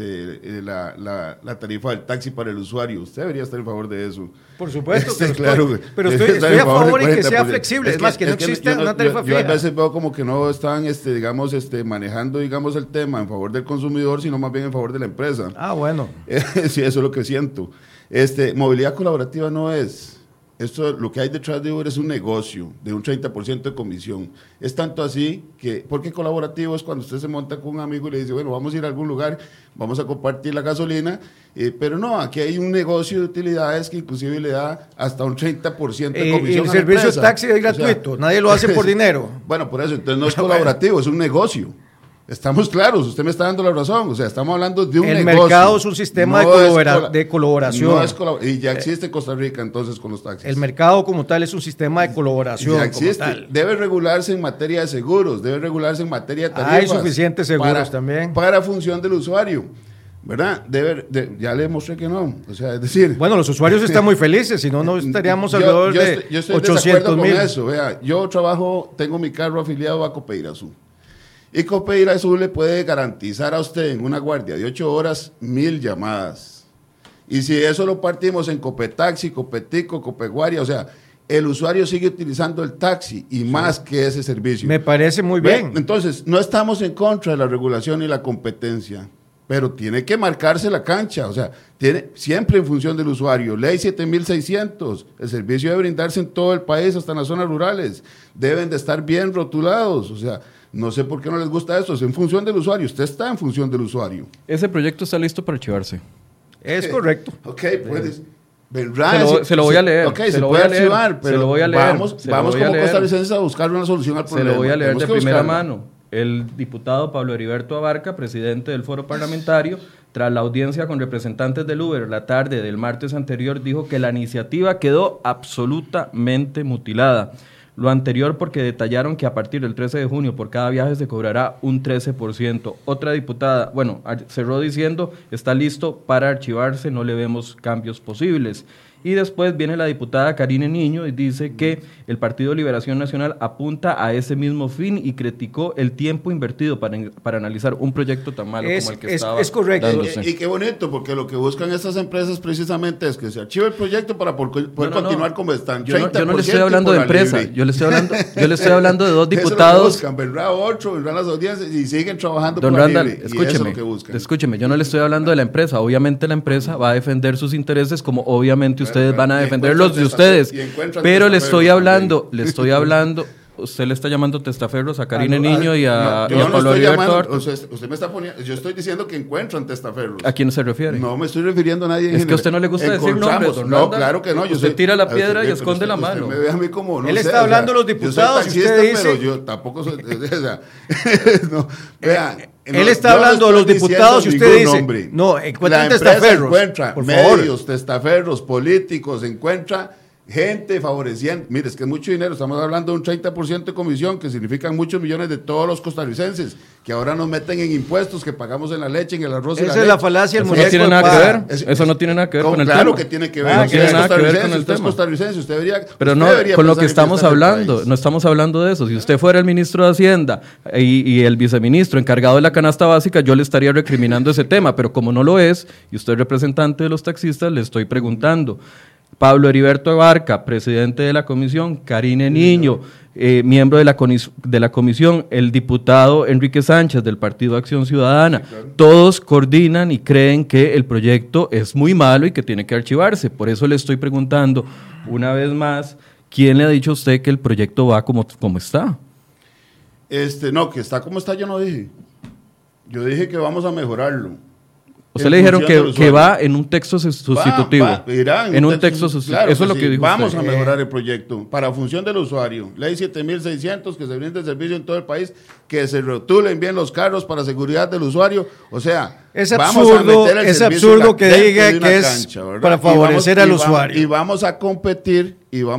la tarifa del taxi para el usuario. Usted debería estar en favor de eso. Por supuesto, claro, pero estoy a favor de que sea flexible, es más, que no exista una tarifa fija. Yo a veces veo como que no están manejando el tema en favor del consumidor, sino más bien en favor de la empresa. Ah, bueno. Sí, eso es lo que siento. Movilidad colaborativa no es esto, lo que hay detrás de Uber es un negocio de un 30% de comisión. Es tanto así que, porque colaborativo es cuando usted se monta con un amigo y le dice, bueno, vamos a ir a algún lugar, vamos a compartir la gasolina, pero no, aquí hay un negocio de utilidades que inclusive le da hasta un 30% de comisión. El servicio de taxi es gratuito, nadie lo hace por dinero. Bueno, por eso, entonces no es colaborativo, es un negocio. Estamos claros, usted me está dando la razón, o sea, estamos hablando de un negocio. El mercado es un sistema de colaboración. No es y ya existe en Costa Rica entonces con los taxis. El mercado como tal es un sistema de colaboración. Ya existe, como tal. Debe regularse en materia de seguros, debe regularse en materia de tarifas. Hay suficientes seguros también. Para función del usuario. ¿Verdad? Ya le mostré que no. O sea, es decir. Bueno, los usuarios están muy felices, si no, no estaríamos alrededor de 800,000. Eso, vea, yo tengo mi carro afiliado a Copeirazú. Y Copeirazú le puede garantizar a usted en una guardia de 8 horas 1,000 llamadas. Y si eso lo partimos en Copetaxi, Copetico, Copeguaria, o sea, el usuario sigue utilizando el taxi y más que ese servicio. Me parece muy bien. Entonces, no estamos en contra de la regulación y la competencia, pero tiene que marcarse la cancha, o sea, tiene siempre en función del usuario. Ley 7600, el servicio debe brindarse en todo el país, hasta en las zonas rurales. Deben de estar bien rotulados, o sea, no sé por qué no les gusta eso, es en función del usuario, usted está en función del usuario. Ese proyecto está listo para archivarse. Es correcto. Ok, pues, se lo voy a leer. Ok, se puede archivar, pero se lo voy a leer, vamos como costarricenses a buscar una solución al problema. Se lo voy a leer de primera mano. El diputado Pablo Heriberto Abarca, presidente del foro parlamentario, tras la audiencia con representantes del Uber la tarde del martes anterior, dijo que la iniciativa quedó absolutamente mutilada. Lo anterior porque detallaron que a partir del 13 de junio por cada viaje se cobrará un 13%. Otra diputada, cerró diciendo, está listo para archivarse, no le vemos cambios posibles. Y después viene la diputada Karine Niño y dice que el Partido Liberación Nacional apunta a ese mismo fin y criticó el tiempo invertido para analizar un proyecto tan malo como el que estaba. Es correcto. Dándose. Y qué bonito, porque lo que buscan estas empresas precisamente es que se archive el proyecto para poder continuar como están. Yo no le estoy hablando de empresa, yo le estoy hablando de dos diputados. Eso buscan, vendrá 8, vendrán las audiencias y siguen trabajando Don por Randall, libre. Y eso es lo que buscan. Escúcheme, yo no le estoy hablando de la empresa. Obviamente la empresa va a defender sus intereses como obviamente ustedes van a defender los de ustedes. Pero le estoy hablando, usted le está llamando testaferros a Karine Niño y a Pablo Heriberto. Usted me está poniendo, yo estoy diciendo que encuentran testaferros. ¿A quién se refiere? No me estoy refiriendo a nadie. Es que a usted no le gusta decir nombres, don No, Randall. claro que no. Usted tira la piedra y esconde la mano. Usted me ve a mí como, no Él sé, está hablando de los diputados. Yo soy taxista, usted dice, pero yo tampoco soy. No, vea, él está hablando de los diputados y usted dice, nombre. No, encuentran la empresa testaferros. Encuentra por favor. medios, testaferros, políticos, encuentra gente favoreciendo. Mire, es que es mucho dinero. Estamos hablando de un 30% de comisión, que significan muchos millones de todos los costarricenses, que ahora nos meten en impuestos que pagamos en la leche, en el arroz y la leche. Esa es la falacia del muñeco. Eso no tiene nada que ver. Eso no tiene nada que ver con el tema. Claro que tiene que ver. No tiene nada que ver con el usted es tema. costarricense, usted debería. Pero no, con lo que estamos hablando, no estamos hablando de eso. Si usted fuera el ministro de Hacienda y el viceministro encargado de la canasta básica, yo le estaría recriminando ese tema, pero como no lo es, y usted es representante de los taxistas, le estoy preguntando. Pablo Heriberto Abarca, presidente de la comisión, Karine Niño, miembro de la comisión, el diputado Enrique Sánchez del Partido Acción Ciudadana, sí, claro. Todos coordinan y creen que el proyecto es muy malo y que tiene que archivarse. Por eso le estoy preguntando una vez más, ¿quién le ha dicho a usted que el proyecto va como está? No, que está como está yo no dije. Yo dije que vamos a mejorarlo. O sea, le dijeron que va en un texto sustitutivo. Irá en un texto sustitutivo. Claro, eso es lo que dijo vamos usted. A mejorar el proyecto para función del usuario. Ley 7600, que se brinde el servicio en todo el país, que se rotulen bien los carros para seguridad del usuario. O sea, es absurdo que diga que es cancha, para favorecer al usuario. Y vamos a competir.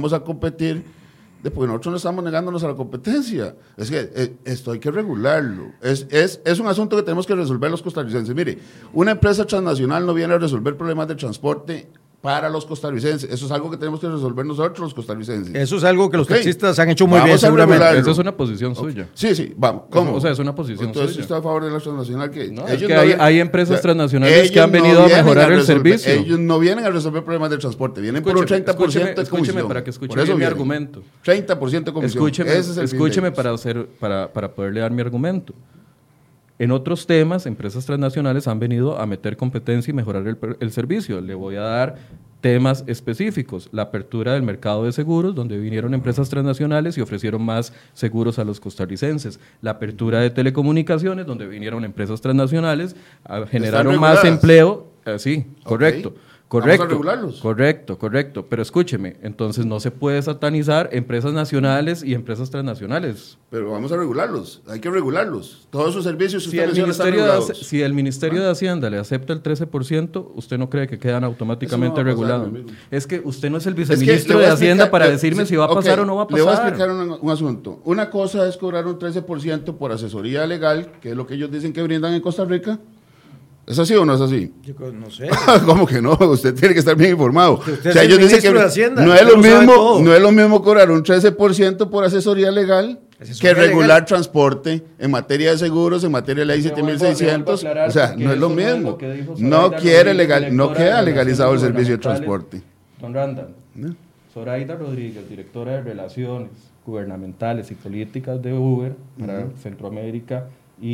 Porque nosotros no estamos negándonos a la competencia. Es que esto hay que regularlo. Es un asunto que tenemos que resolver los costarricenses. Mire, una empresa transnacional no viene a resolver problemas de transporte para los costarricenses. Eso es algo que tenemos que resolver nosotros los costarricenses. Eso es algo que los taxistas han hecho muy bien, seguramente. Esa es una posición suya. Sí, vamos. ¿Cómo? O sea, es una posición Entonces, suya. ¿usted está a favor de la transnacional? No, es que hay empresas transnacionales que han venido a mejorar el servicio. Ellos no vienen a resolver problemas de transporte, vienen por un 30% de comisión. Escúcheme para que escuche bien mi argumento. 30% de comisión. Escúcheme para poderle dar mi argumento. En otros temas, empresas transnacionales han venido a meter competencia y mejorar el servicio. Le voy a dar temas específicos, la apertura del mercado de seguros, donde vinieron empresas transnacionales y ofrecieron más seguros a los costarricenses, la apertura de telecomunicaciones, donde vinieron empresas transnacionales, generaron más empleo, sí, correcto. Okay. Correcto, Vamos a regularlos. correcto, pero escúcheme, entonces no se puede satanizar empresas nacionales y empresas transnacionales. Pero vamos a regularlos, hay que regularlos. Todos esos servicios que Si usted menciona están regulados. si el Ministerio de Hacienda le acepta el 13%, ¿usted no cree que quedan automáticamente regulados? Es que usted no es el viceministro de Hacienda para decirme si va a pasar o no va a pasar. Le voy a explicar un asunto. Una cosa es cobrar un 13% por asesoría legal, que es lo que ellos dicen que brindan en Costa Rica. ¿Es así o no es así? Yo no sé. ¿Cómo que no? Usted tiene que estar bien informado. Usted es el ministro de Hacienda. No es lo mismo cobrar un 13% por asesoría legal que regular transporte en materia de seguros, en materia de ley 7600. O sea, no es lo mismo. No queda legalizado el servicio de transporte. Don Randall, Zoraida Rodríguez, directora de Relaciones Gubernamentales y Políticas de Uber para Centroamérica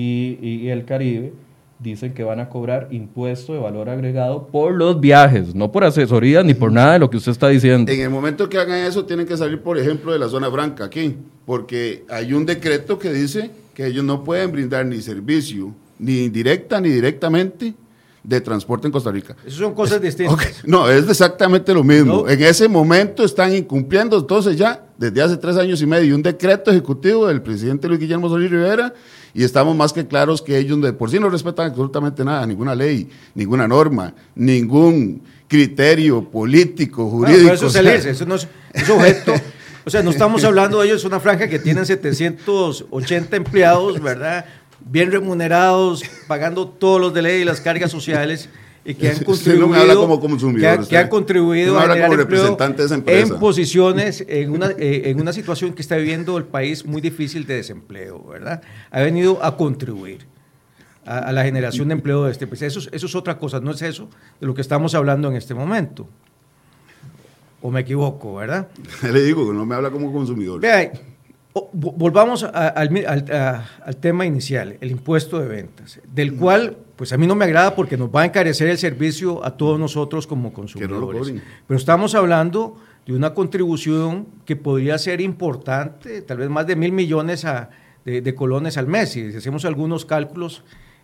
y el Caribe, dicen que van a cobrar impuesto de valor agregado por los viajes, no por asesorías ni por nada de lo que usted está diciendo. En el momento que hagan eso, tienen que salir, por ejemplo, de la zona franca aquí, porque hay un decreto que dice que ellos no pueden brindar ni servicio, ni indirecta ni directamente, de transporte en Costa Rica. Eso son cosas distintas. Okay. No, es exactamente lo mismo. No. En ese momento están incumpliendo, entonces ya, desde hace 3 años y medio, un decreto ejecutivo del presidente Luis Guillermo Solís Rivera, y estamos más que claros que ellos de por sí no respetan absolutamente nada, ninguna ley, ninguna norma, ningún criterio político, jurídico. Bueno, eso se le dice, eso no es objeto. O sea, no estamos hablando de ellos, es una franja que tienen 780 empleados, ¿verdad? Bien remunerados, pagando todos los de ley y las cargas sociales, y que han contribuido, no me habla como consumidor, que han contribuido a generar como empleo representante de esa empresa. en posiciones, en una situación que está viviendo el país muy difícil de desempleo, ¿verdad? Ha venido a contribuir a la generación de empleo de este país. Eso es otra cosa, no es eso de lo que estamos hablando en este momento. ¿O me equivoco, verdad? Le digo, no me habla como consumidor. Vea, volvamos al tema inicial, el impuesto de ventas, del cual pues a mí no me agrada porque nos va a encarecer el servicio a todos nosotros como consumidores. Pero estamos hablando de una contribución que podría ser importante, tal vez más de 1.000 millones de colones al mes. Si hacemos algunos cálculos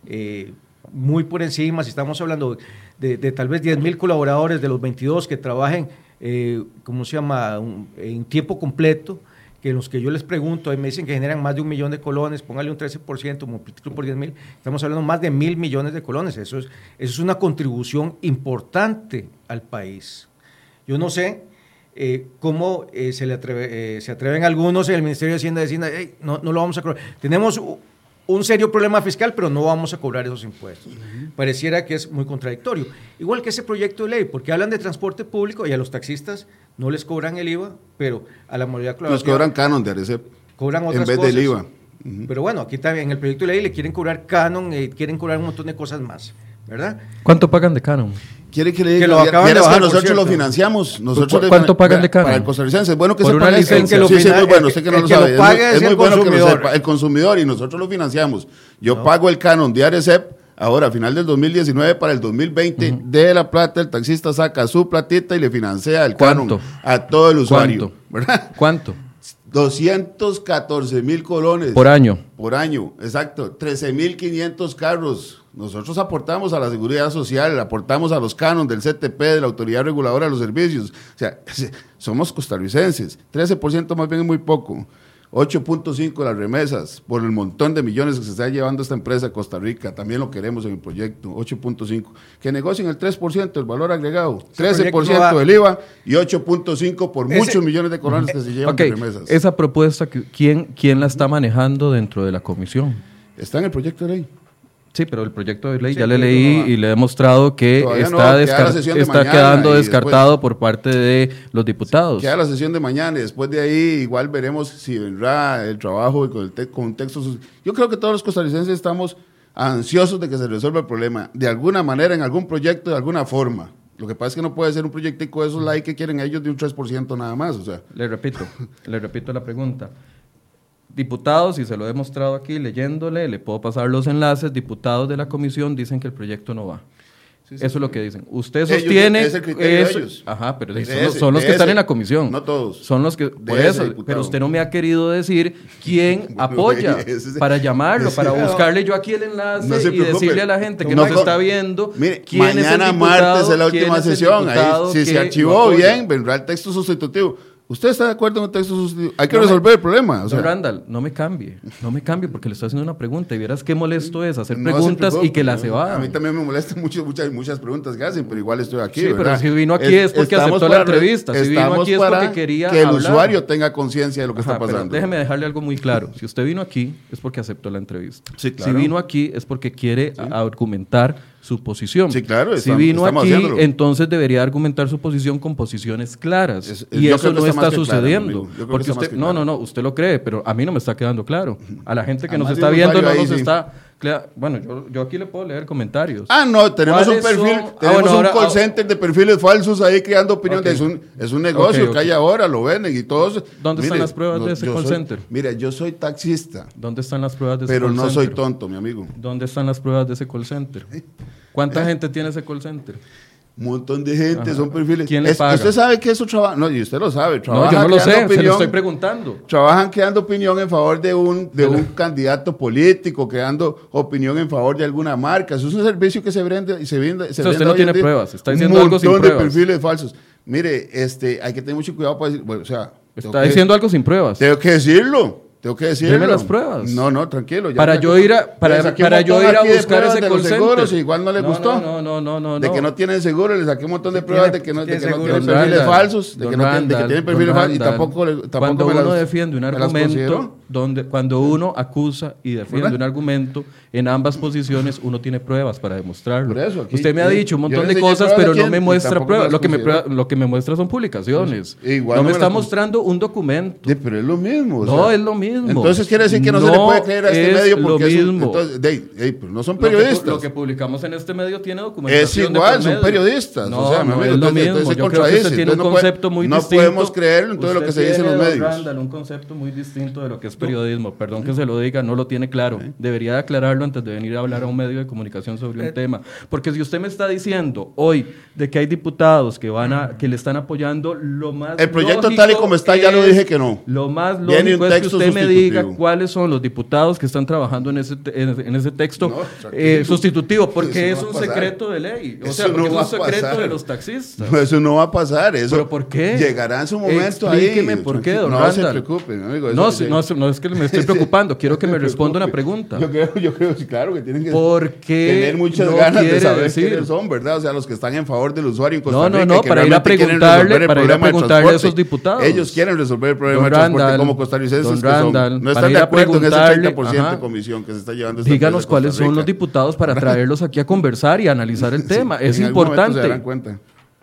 muy por encima, si estamos hablando de tal vez 10.000 colaboradores de los 22 que trabajen, ¿cómo se llama?, en tiempo completo, que los que yo les pregunto, ahí me dicen que generan más de 1 millón de colones, póngale un 13%, multiplícalo por 10.000, estamos hablando más de 1.000 millones de colones, eso es una contribución importante al país. Yo no sé cómo se atreven algunos en el Ministerio de Hacienda a decir, hey, no lo vamos a cobrar. Tenemos un serio problema fiscal, pero no vamos a cobrar esos impuestos. Pareciera que es muy contradictorio. Igual que ese proyecto de ley, porque hablan de transporte público y a los taxistas no les cobran el IVA, pero a la modalidad colaborativa... Nos cobran canon de ARECEP. Cobran otras cosas. En vez del IVA. Pero bueno, aquí también en el proyecto de ley le quieren cobrar canon, quieren cobrar un montón de cosas más, ¿verdad? ¿Cuánto pagan de canon? Quiere que le diga lo acaban de bajar, que nosotros lo financiamos. ¿Cuánto pagan de canon? Para el costarricense. Es bueno que por se una pague. licencia. Sí, muy bueno, sé que no lo sabe. Es muy bueno que lo consumidor. sepa. El consumidor, y nosotros lo financiamos. Yo pago el canon de ARECEP. Ahora, a final del 2019 para el 2020, de la plata, el taxista saca su platita y le financia el canon a todo el usuario. ¿Verdad? ¿Cuánto? 214,000 colones. Por año. Por año, exacto. 13,500 carros. Nosotros aportamos a la seguridad social, aportamos a los canon del CTP, de la Autoridad Reguladora de los Servicios. O sea, somos costarricenses. 13% más bien es muy poco. 8.5 las remesas por el montón de millones que se está llevando esta empresa a Costa Rica. También lo queremos en el proyecto. 8.5. Que negocien el 3% del valor agregado. 13% del IVA y 8.5 por muchos millones de colones que se llevan de remesas. Esa propuesta, ¿quién la está manejando dentro de la comisión? Está en el proyecto de ley. Sí, pero el proyecto de ley ya le leí y le he demostrado que está queda quedando descartado por parte de los diputados. Queda la sesión de mañana y después de ahí igual veremos si vendrá el trabajo con el contexto. Yo creo que todos los costarricenses estamos ansiosos de que se resuelva el problema, de alguna manera, en algún proyecto, de alguna forma. Lo que pasa es que no puede ser un proyectico de esos like que quieren ellos de un 3% nada más. O sea. Le repito la pregunta. Diputados, y se lo he mostrado aquí leyéndole, le puedo pasar los enlaces, diputados de la comisión dicen que el proyecto no va. Eso es lo que dicen. Usted sostiene... Es el criterio de ellos. Ajá, pero son los que están en la comisión. No todos. Son los que... Por eso, pero usted no me ha querido decir quién apoya para llamarlo, para buscarle yo aquí el enlace y decirle a la gente que nos está viendo quién mañana es el diputado, martes es la última sesión. Ahí, si se archivó bien, vendrá el texto sustitutivo. ¿Usted está de acuerdo en el texto sustitutivo? Hay que resolver el problema. Don Randall, no me cambie porque le estoy haciendo una pregunta y verás qué molesto es hacer preguntas y que las evadan. A mí también me molestan muchas preguntas que hacen, pero igual estoy aquí. Sí, ¿verdad? Pero si vino aquí es porque aceptó la entrevista. Si vino aquí es porque quería que el hablar. usuario tenga conciencia de lo que está pasando. Déjeme dejarle algo muy claro. Si usted vino aquí es porque aceptó la entrevista. Sí, claro. Si vino aquí es porque quiere argumentar su posición. Sí, claro. Si vino aquí, entonces debería argumentar su posición con posiciones claras. Y eso no está sucediendo. Porque usted, no, usted lo cree, pero a mí no me está quedando claro. A la gente que nos está viendo no nos está... Bueno, yo aquí le puedo leer comentarios. No, tenemos un perfil, tenemos un call center de perfiles falsos ahí creando opinión. Okay. Es un negocio que hay ahora, lo venden y todos. ¿Dónde están las pruebas de ese call center? Mire, yo soy taxista. ¿Dónde están las pruebas de ese call center? Pero no soy tonto, mi amigo. ¿Dónde están las pruebas de ese call center? ¿Cuánta gente tiene ese call center? Un montón de gente, son perfiles. ¿Quién le paga? Usted sabe que eso trabaja. No, y usted lo sabe. No, yo no lo sé, se lo estoy preguntando. Trabajan creando opinión en favor de un candidato político, creando opinión en favor de alguna marca. Eso es un servicio que se vende. Usted no tiene pruebas, está diciendo algo sin pruebas. Un montón de perfiles falsos. Mire, hay que tener mucho cuidado para decir. Bueno, o sea, está diciendo algo sin pruebas. Tengo que decirlo. Deme las pruebas. No, tranquilo. Para yo ir a buscar ese call center. Si igual no le gustó. No. De que no tienen seguro, le saqué un montón de pruebas de que no tienen perfiles falsos, de que tienen perfiles falsos y tampoco cuando uno defiende un argumento, cuando uno acusa y defiende un argumento, en ambas posiciones uno tiene pruebas para demostrarlo. Por eso, aquí, usted me ha dicho un montón de cosas, pero no me muestra pruebas. Lo que me muestra son publicaciones. No me está mostrando un documento. Pero es lo mismo. No, es lo mismo. Entonces quiere decir que no se le puede creer a este medio porque pero no son periodistas. Lo que publicamos en este medio tiene documentación. Es igual, son periodistas. No, es lo mismo. Yo creo que usted tiene un concepto muy distinto. No podemos creerlo en todo lo que se dice en los medios. Randall, un concepto muy distinto de lo que es periodismo. Perdón que se lo diga, no lo tiene claro. Debería de aclararlo antes de venir a hablar a un medio de comunicación sobre un tema. Porque si usted me está diciendo hoy de que hay diputados que le están apoyando, lo más el proyecto tal y como está, ya lo dije que no. Lo más lógico es que usted me diga cuáles son los diputados que están trabajando en ese texto sustitutivo, porque es un secreto de ley. O sea, porque es un secreto de los taxistas. No, eso no va a pasar. ¿Pero por qué? Llegará en su momento ahí. Explíqueme por qué, don Randall. No se preocupe, mi amigo. No es que me estoy preocupando. Quiero que me responda una pregunta. Yo creo, sí, claro, que tienen que tener muchas ganas de saber quiénes son, ¿verdad? O sea, los que están en favor del usuario en Costa Rica. No, para ir a preguntarle a esos diputados. Ellos quieren resolver el problema de transporte como costarricenses que son. No están de acuerdo en ese 30% de comisión que se está llevando. Díganos cuáles son los diputados para traerlos aquí a conversar y analizar el tema. Es importante. Se darán cuenta.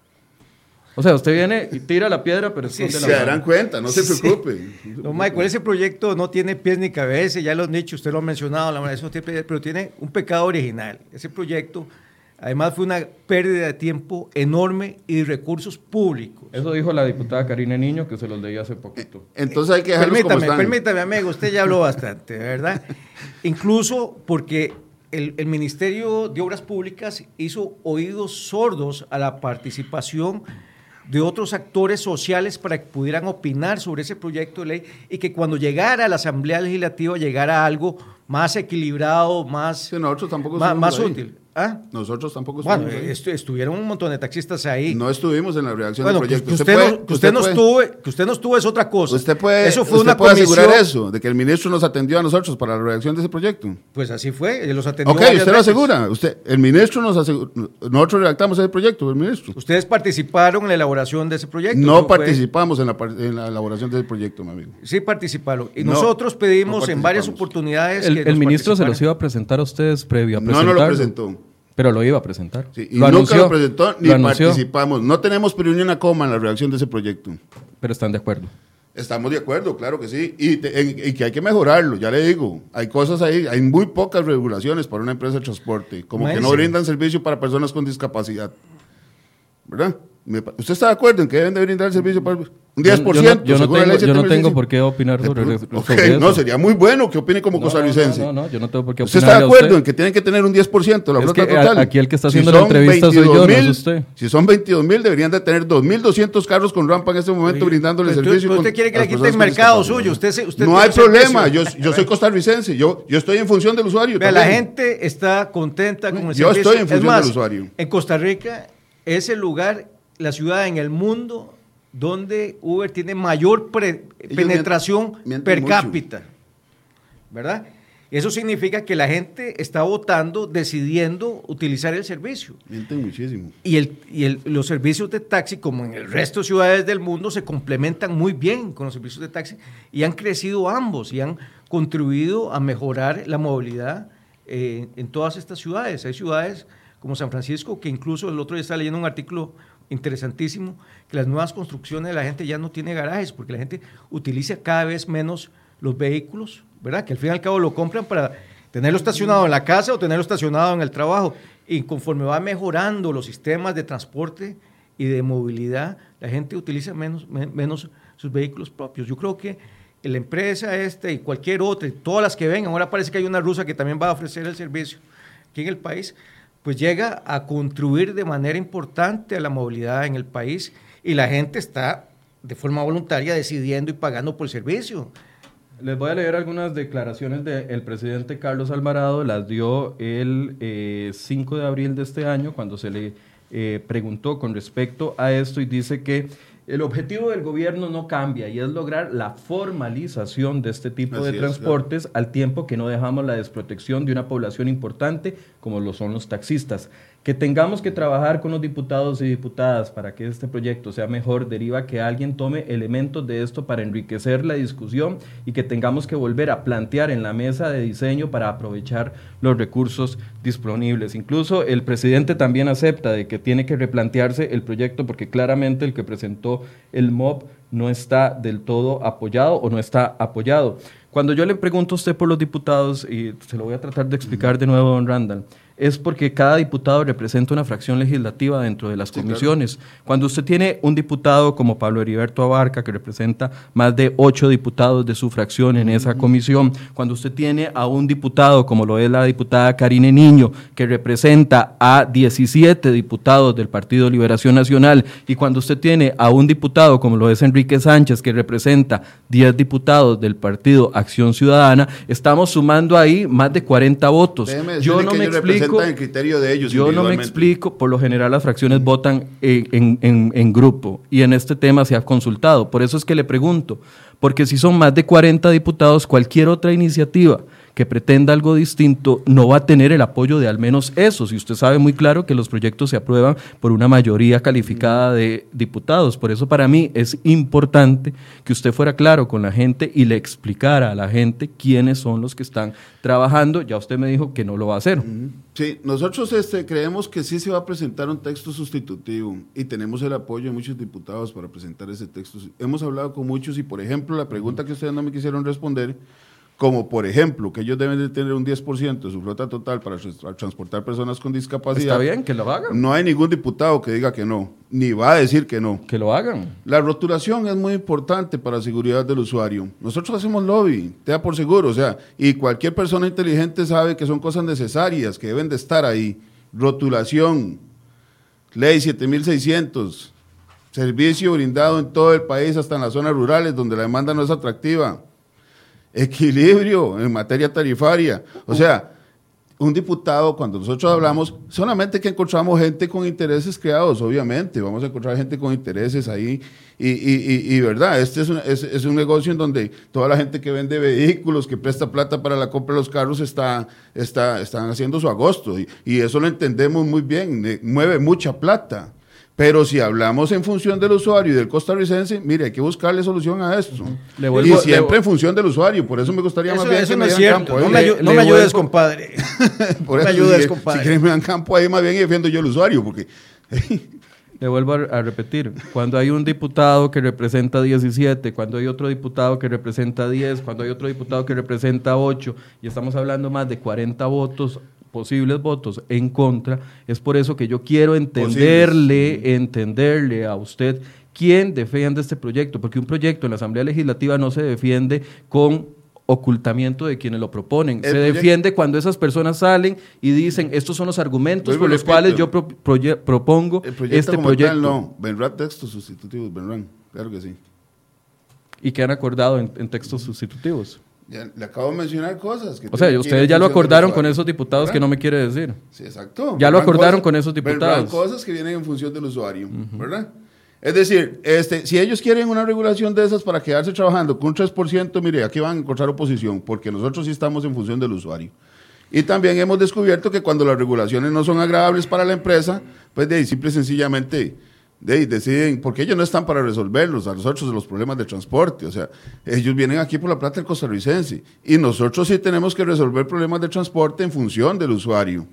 O sea, usted viene y tira la piedra, pero se darán cuenta, no se preocupe. Don Michael, ese proyecto no tiene pies ni cabeza, ya lo han dicho, usted lo ha mencionado, pero tiene un pecado original. Ese proyecto, además, fue una pérdida de tiempo enorme y de recursos públicos. Eso dijo la diputada Karina Niño, que se los leí hace poquito. Entonces hay que dejarlos como están. Permítame, amigo, usted ya habló bastante, ¿verdad? Incluso porque el Ministerio de Obras Públicas hizo oídos sordos a la participación de otros actores sociales para que pudieran opinar sobre ese proyecto de ley y que cuando llegara a la Asamblea Legislativa llegara a algo más equilibrado, más útil. ¿Ah? Nosotros tampoco estuvimos ahí. Estuvieron un montón de taxistas ahí. No estuvimos en la redacción del proyecto. Que usted no estuvo es otra cosa. Usted puede asegurar eso, de que el ministro nos atendió a nosotros para la redacción de ese proyecto. Pues así fue, él los atendió. Ok, usted lo asegura. El ministro nos asegura. Nosotros redactamos ese proyecto, el ministro. ¿Ustedes participaron en la elaboración de ese proyecto? No participamos en la elaboración de ese proyecto, mi amigo. Sí participaron. Y nosotros pedimos en varias oportunidades el ministro se los iba a presentar a ustedes previo a presentarlo. No lo presentó. Pero lo iba a presentar. Sí, y nunca lo presentó ni participamos. No tenemos pero ni una coma en la redacción de ese proyecto. Pero están de acuerdo. Estamos de acuerdo, claro que sí. Y que hay que mejorarlo, ya le digo. Hay cosas ahí, hay muy pocas regulaciones para una empresa de transporte. Como que no brindan servicio para personas con discapacidad. ¿Verdad? ¿Usted está de acuerdo en que deben de brindar el servicio para Un 10%. Yo no tengo por qué opinar sobre eso. No, sería muy bueno que opine como costarricense. No, yo no tengo por qué opinar. ¿Usted está de acuerdo en que tienen que tener un 10% la flota total? Aquí el que está haciendo la entrevista soy yo, no es usted. Si son 22,000, deberían de tener 2,200 carros con rampa en este momento brindándole servicio. ¿Usted quiere que le quite el mercado suyo? No hay problema, yo soy costarricense, yo estoy en función del usuario. La gente está contenta con el servicio. Yo estoy en función del usuario. En Costa Rica es el lugar, la ciudad en el mundo donde Uber tiene mayor penetración per cápita, ¿verdad? Eso significa que la gente está votando, decidiendo utilizar el servicio. Mienten muchísimo. Y los servicios de taxi, como en el resto de ciudades del mundo, se complementan muy bien con los servicios de taxi y han crecido ambos y han contribuido a mejorar la movilidad en todas estas ciudades. Hay ciudades como San Francisco, que incluso el otro día estaba leyendo un artículo interesantísimo, que las nuevas construcciones la gente ya no tiene garajes, porque la gente utiliza cada vez menos los vehículos, ¿verdad? Que al fin y al cabo lo compran para tenerlo estacionado en la casa o tenerlo estacionado en el trabajo. Y conforme va mejorando los sistemas de transporte y de movilidad, la gente utiliza menos sus vehículos propios. Yo creo que la empresa y cualquier otra, y todas las que vengan, ahora parece que hay una rusa que también va a ofrecer el servicio aquí en el país, pues llega a contribuir de manera importante a la movilidad en el país y la gente está de forma voluntaria decidiendo y pagando por el servicio. Les voy a leer algunas declaraciones del presidente Carlos Alvarado, las dio el 5 de abril de este año, cuando se le preguntó con respecto a esto, y dice que el objetivo del gobierno no cambia y es lograr la formalización de este tipo de transportes, claro, al tiempo que no dejamos la desprotección de una población importante como lo son los taxistas. Que tengamos que trabajar con los diputados y diputadas para que este proyecto sea mejor deriva que alguien tome elementos de esto para enriquecer la discusión y que tengamos que volver a plantear en la mesa de diseño para aprovechar los recursos disponibles. Incluso el presidente también acepta de que tiene que replantearse el proyecto porque claramente el que presentó el MOB no está del todo apoyado o no está apoyado. Cuando yo le pregunto a usted por los diputados, y se lo voy a tratar de explicar de nuevo, don Randall, es porque cada diputado representa una fracción legislativa dentro de las comisiones. Claro. Cuando usted tiene un diputado como Pablo Heriberto Abarca, que representa más de 8 diputados de su fracción en esa comisión, cuando usted tiene a un diputado como lo es la diputada Karine Niño, que representa a 17 diputados del Partido Liberación Nacional, y cuando usted tiene a un diputado como lo es Enrique Sánchez, que representa 10 diputados del Partido Acción Ciudadana, estamos sumando ahí más de 40 votos. Yo no me explico. El criterio de ellos. Yo no me explico, por lo general las fracciones votan en grupo y en este tema se ha consultado. Por eso es que le pregunto, porque si son más de 40 diputados, cualquier otra iniciativa que pretenda algo distinto no va a tener el apoyo de al menos esos, y usted sabe muy claro que los proyectos se aprueban por una mayoría calificada de diputados. Por eso para mí es importante que usted fuera claro con la gente y le explicara a la gente quiénes son los que están trabajando. Ya usted me dijo que no lo va a hacer. Sí, nosotros creemos que sí se va a presentar un texto sustitutivo y tenemos el apoyo de muchos diputados para presentar ese texto. Hemos hablado con muchos y, por ejemplo, la pregunta que ustedes no me quisieron responder, como por ejemplo que ellos deben de tener un 10% de su flota total para transportar personas con discapacidad. Está bien, que lo hagan. No hay ningún diputado que diga que no, ni va a decir que no. Que lo hagan. La rotulación es muy importante para la seguridad del usuario. Nosotros hacemos lobby, te da por seguro, o sea, y cualquier persona inteligente sabe que son cosas necesarias, que deben de estar ahí. Rotulación, ley 7600, servicio brindado en todo el país, hasta en las zonas rurales donde la demanda no es atractiva. Equilibrio en materia tarifaria. O sea, un diputado, cuando nosotros hablamos, solamente que encontramos gente con intereses creados, obviamente, vamos a encontrar gente con intereses ahí, y verdad, este es un negocio en donde toda la gente que vende vehículos, que presta plata para la compra de los carros, están haciendo su agosto, y eso lo entendemos muy bien, mueve mucha plata. Pero si hablamos en función del usuario y del costarricense, mire, hay que buscarle solución a esto. Y siempre en función del usuario, por eso me gustaría más bien que me dieran campo. No me ayudes, compadre. Por eso, me ayudes, compadre. Si quieren me dan campo ahí, más bien y defiendo yo el usuario, porque... Le vuelvo a repetir, cuando hay un diputado que representa 17, cuando hay otro diputado que representa 10, cuando hay otro diputado que representa 8, y estamos hablando más de 40 votos, posibles votos en contra, es por eso que yo quiero entenderle a usted ¿quién defiende este proyecto? Porque un proyecto en la Asamblea Legislativa no se defiende con ocultamiento de quienes lo proponen. Se defiende cuando esas personas salen y dicen, estos son los argumentos por los cuales yo propongo este proyecto. Tal, no, vendrán textos sustitutivos, vendrán, claro que sí. ¿Y qué han acordado en textos sustitutivos? Ya, le acabo de mencionar cosas. O sea, ustedes ya lo acordaron con esos diputados, ¿verdad? Que no me quiere decir. Sí, exacto. Ya lo acordaron con esos diputados. Vendrán cosas que vienen en función del usuario, ¿verdad? Es decir, si ellos quieren una regulación de esas para quedarse trabajando con un 3%, mire, aquí van a encontrar oposición, porque nosotros sí estamos en función del usuario. Y también hemos descubierto que cuando las regulaciones no son agradables para la empresa, pues de ahí simple y sencillamente deciden, porque ellos no están para resolverlos, a nosotros los problemas de transporte, o sea, ellos vienen aquí por la plata del costarricense, y nosotros sí tenemos que resolver problemas de transporte en función del usuario.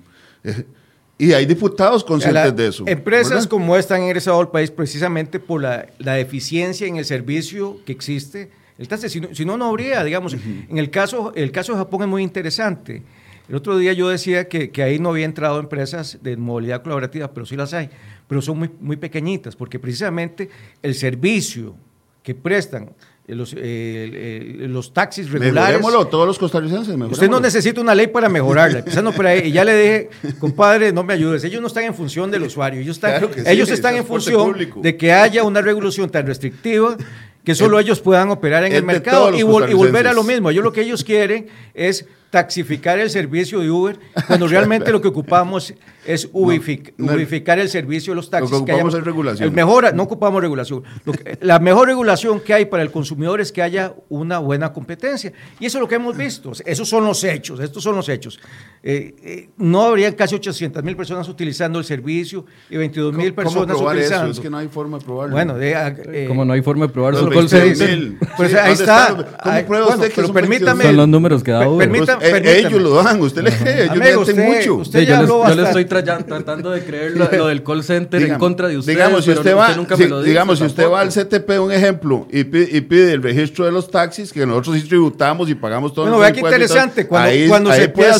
Y hay diputados conscientes de eso. Empresas, ¿verdad?, como esta han ingresado al país precisamente por la deficiencia en el servicio que existe. Si no habría, digamos, en el caso de Japón es muy interesante. El otro día yo decía que ahí no había entrado empresas de modalidad colaborativa, pero sí las hay, pero son muy, muy pequeñitas, porque precisamente el servicio que prestan los taxis regulares. Mejorémoslo, todos los costarricenses, mejorémoslo. Usted no necesita una ley para mejorarla, empezando por ahí. Y ya le dije, compadre, no me ayudes. Ellos no están en función del usuario, ellos están en función de que haya una regulación tan restrictiva que solo ellos puedan operar en el mercado y volver a lo mismo. Lo que ellos quieren es taxificar el servicio de Uber, cuando realmente lo que ocupamos es ubificar el servicio de los taxis. Lo que ocupamos es regulación. No ocupamos regulación. La mejor regulación que hay para el consumidor es que haya una buena competencia. Y eso es lo que hemos visto. Esos son los hechos. Estos son los hechos. No habrían casi 800,000 personas utilizando el servicio y 22,000 personas utilizando. Eso? Es que no hay forma de probarlo. Bueno, como no hay forma de probarlo, solo pues ahí está. ¿Cómo prueba usted que pero son permítame. Son los números que da Uber. Ellos lo dan, usted le cree, ellos amigo, le mucho. Usted yo le estoy tratando de creer lo del call center en contra de ustedes, digamos, si usted si usted va al CTP, un ejemplo, y pide el registro de los taxis, que nosotros sí tributamos y pagamos todo. Bueno, vea qué interesante, cuando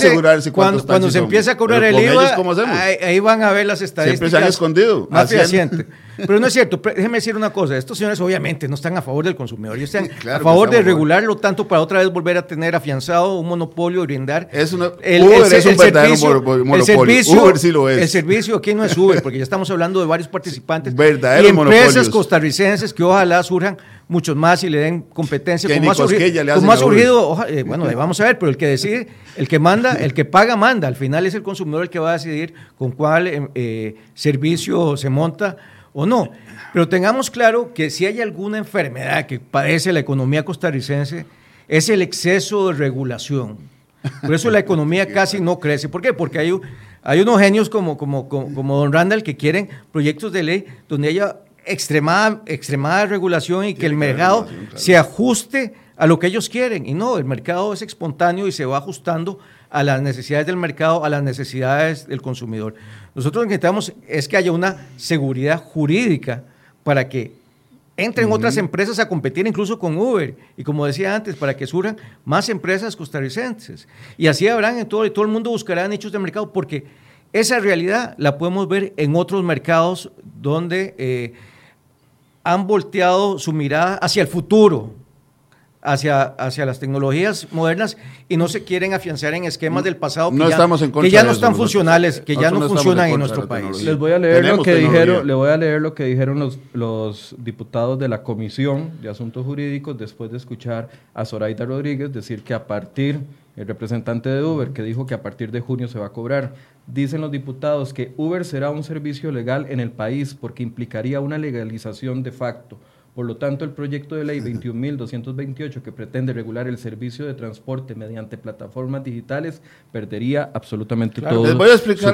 se empiece a cobrar el IVA, ahí van a ver las estadísticas. Siempre se han escondido. Más fehaciente. Pero no es cierto, déjeme decir una cosa, estos señores obviamente no están a favor del consumidor, ellos están a favor de regularlo tanto para otra vez volver a tener afianzado un monopolio y brindar Uber es un verdadero monopolio. Uber sí lo es. El servicio aquí no es Uber, porque ya estamos hablando de varios participantes verdaderos y empresas monopolios costarricenses que ojalá surjan muchos más y le den competencia con más surgido, bueno, vamos a ver, pero el que decide, el que manda, el que paga manda, al final es el consumidor el que va a decidir con cuál servicio se monta o no, pero tengamos claro que si hay alguna enfermedad que padece la economía costarricense es el exceso de regulación. Por eso la economía casi no crece. ¿Por qué? Porque hay unos genios como don Randall que quieren proyectos de ley donde haya extremada regulación y que el mercado se ajuste a lo que ellos quieren. Y no, el mercado es espontáneo y se va ajustando a las necesidades del mercado, a las necesidades del consumidor. Nosotros lo que necesitamos es que haya una seguridad jurídica para que entren otras empresas a competir incluso con Uber y, como decía antes, para que surjan más empresas costarricenses. Y así habrán en todo, y todo el mundo buscará nichos de mercado, porque esa realidad la podemos ver en otros mercados donde han volteado su mirada hacia el futuro, hacia las tecnologías modernas y no se quieren afianzar en esquemas del pasado que ya no están funcionales, que ya no funcionan en nuestro país. Les voy a leer lo que dijeron los diputados de la Comisión de Asuntos Jurídicos después de escuchar a Zoraida Rodríguez decir que el representante de Uber, que dijo que a partir de junio se va a cobrar. Dicen los diputados que Uber será un servicio legal en el país porque implicaría una legalización de facto. Por lo tanto, el proyecto de ley 21.228, que pretende regular el servicio de transporte mediante plataformas digitales, perdería absolutamente todo. Les voy a explicar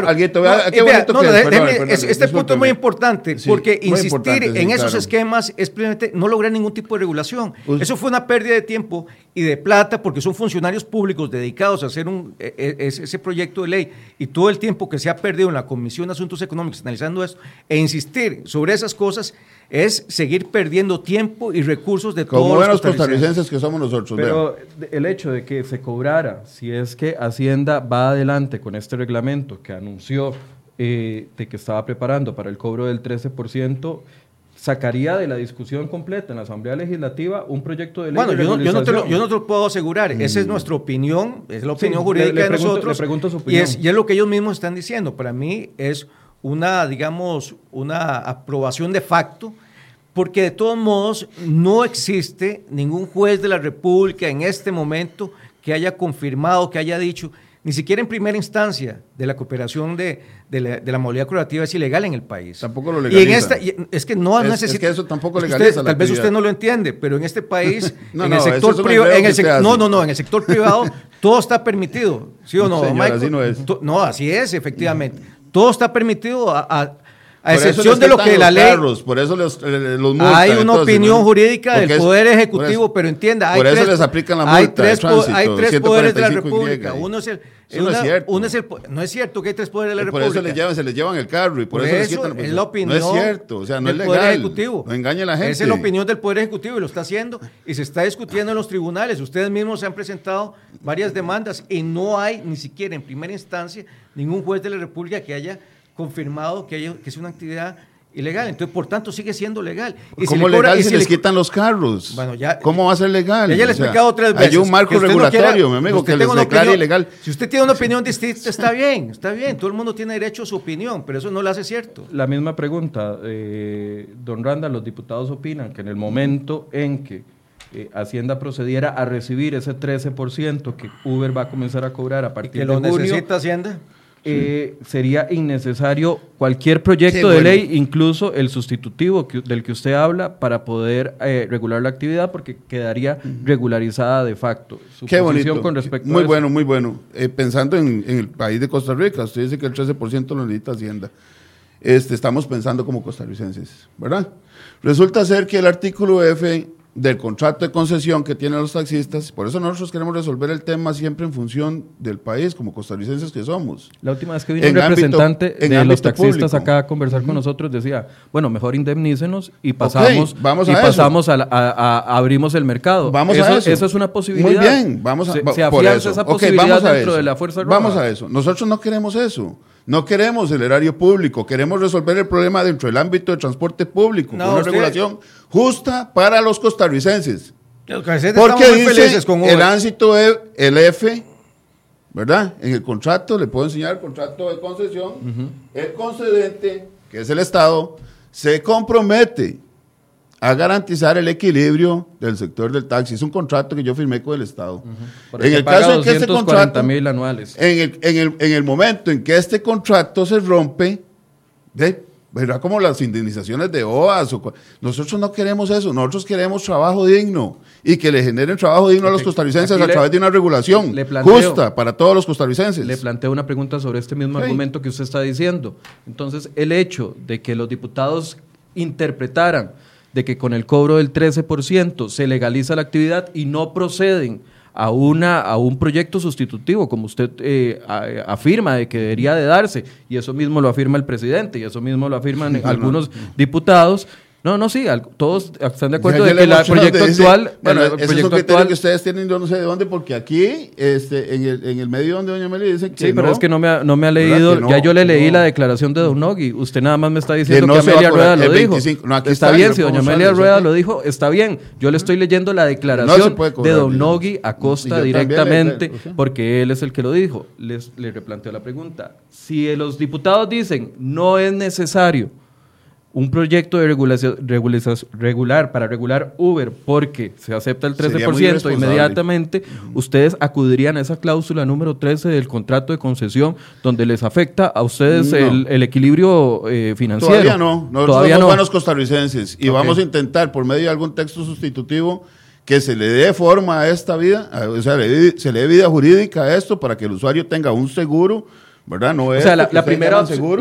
este punto es muy importante, porque insistir en esos esquemas es simplemente no lograr ningún tipo de regulación. Eso fue una pérdida de tiempo y de plata, porque son funcionarios públicos dedicados a hacer ese proyecto de ley, y todo el tiempo que se ha perdido en la Comisión de Asuntos Económicos analizando esto, e insistir sobre esas cosas es seguir perdiendo tiempo y recursos de todos los buenos costarricenses que somos nosotros. Pero el hecho de que se cobrara, si es que Hacienda va adelante con este reglamento que anunció de que estaba preparando para el cobro del 13%, sacaría de la discusión completa en la Asamblea Legislativa un proyecto de ley bueno, de yo no te lo puedo asegurar. Esa es nuestra opinión, es la opinión jurídica de nosotros. Le pregunto su opinión. Y es lo que ellos mismos están diciendo. Para mí es una aprobación de facto, porque de todos modos no existe ningún juez de la República en este momento que haya confirmado, que haya dicho, ni siquiera en primera instancia, de la cooperación de la modalidad curativa es ilegal en el país. Tampoco lo legaliza. Es que no necesita. Es que eso tampoco legaliza. Tal vez usted no lo entiende, pero en este país, en el sector privado, todo está permitido. ¿Sí o no, señor, Michael? así no es. No, así es, efectivamente. Todo está permitido a excepción de lo que la ley. Por eso los multan. Hay una opinión jurídica del Poder Ejecutivo, pero entienda. Por eso les aplican la multa. Hay tres poderes de la República. Uno es no es cierto que hay tres poderes de la República. Por eso se les llevan el carro y por eso les quitan. Es la opinión. No es cierto, o sea, no es legal. Poder Ejecutivo. No engañe a la gente. Esa es la opinión del Poder Ejecutivo y lo está haciendo y se está discutiendo en los tribunales. Ustedes mismos se han presentado varias demandas y no hay ni siquiera en primera instancia ningún juez de la República que haya confirmado que es una actividad ilegal, entonces por tanto sigue siendo legal. Y ¿cómo legal si les quitan los carros? Bueno, ya, ¿cómo va a ser legal? Ya le he explicado 3 veces. Hay un marco regulatorio, mi amigo, que les declare ilegal. Si usted tiene una opinión distinta, está bien, todo el mundo tiene derecho a su opinión, pero eso no lo hace cierto. La misma pregunta, don Randa, los diputados opinan que en el momento en que Hacienda procediera a recibir ese 13% que Uber va a comenzar a cobrar a partir de junio. ¿Que lo necesita Hacienda? Sería innecesario cualquier proyecto de ley, incluso el sustitutivo del que usted habla, para poder regular la actividad, porque quedaría regularizada de facto. Su Qué posición bonito. Con respecto muy a bueno, eso. muy bueno. Pensando en el país de Costa Rica, usted dice que el 13% lo necesita Hacienda. Estamos pensando como costarricenses, ¿verdad? Resulta ser que el artículo F del contrato de concesión que tienen los taxistas, por eso nosotros queremos resolver el tema siempre en función del país, como costarricenses que somos. La última vez que vino un representante de los taxistas acá a conversar con nosotros decía, bueno, mejor indemnícenos y pasamos, abrimos el mercado. Vamos a eso. Eso es una posibilidad. Muy bien, se afianza esa posibilidad dentro de la Fuerza Roja. Vamos a eso. Nosotros no queremos eso. No queremos el erario público, queremos resolver el problema dentro del ámbito de transporte público, con una regulación justa para los costarricenses. Porque dice el áncito, el F, ¿verdad? En el contrato, le puedo enseñar el contrato de concesión, el concedente, que es el Estado, se compromete a garantizar el equilibrio del sector del taxi. Es un contrato que yo firmé con el Estado. En el caso en que este contrato, anuales. En el momento en que este contrato se rompe, ¿verdad? Como las indemnizaciones de OAS. Nosotros no queremos eso. Nosotros queremos trabajo digno y que le generen trabajo digno a los costarricenses a través de una regulación justa para todos los costarricenses. Le planteo una pregunta sobre este mismo argumento que usted está diciendo. Entonces, el hecho de que los diputados interpretaran de que con el cobro del 13% se legaliza la actividad y no proceden a un proyecto sustitutivo, como usted afirma de que debería de darse, y eso mismo lo afirma el presidente, y eso mismo lo afirman algunos diputados. Sí, todos están de acuerdo de que el proyecto actual... Bueno, ese es un criterio que ustedes tienen, yo no sé de dónde, porque aquí, en el medio donde doña Meli dice que sí, pero es que no me ha leído, ya yo le leí la declaración de Don Nogui, usted nada más me está diciendo que Amelia Rueda lo dijo. Está bien, si doña Amelia Rueda lo dijo, está bien, yo le estoy leyendo la declaración de Don Nogui Acosta directamente, porque él es el que lo dijo. Le replanteo la pregunta. Si los diputados dicen, no es necesario un proyecto de regular para regular Uber porque se acepta el 13% inmediatamente, ustedes acudirían a esa cláusula número 13 del contrato de concesión donde les afecta a ustedes el equilibrio financiero. Todavía no. Nosotros somos buenos costarricenses y vamos a intentar por medio de algún texto sustitutivo que se le dé forma a esta vida, o sea, se le dé vida jurídica a esto para que el usuario tenga un seguro, ¿verdad? No es la primera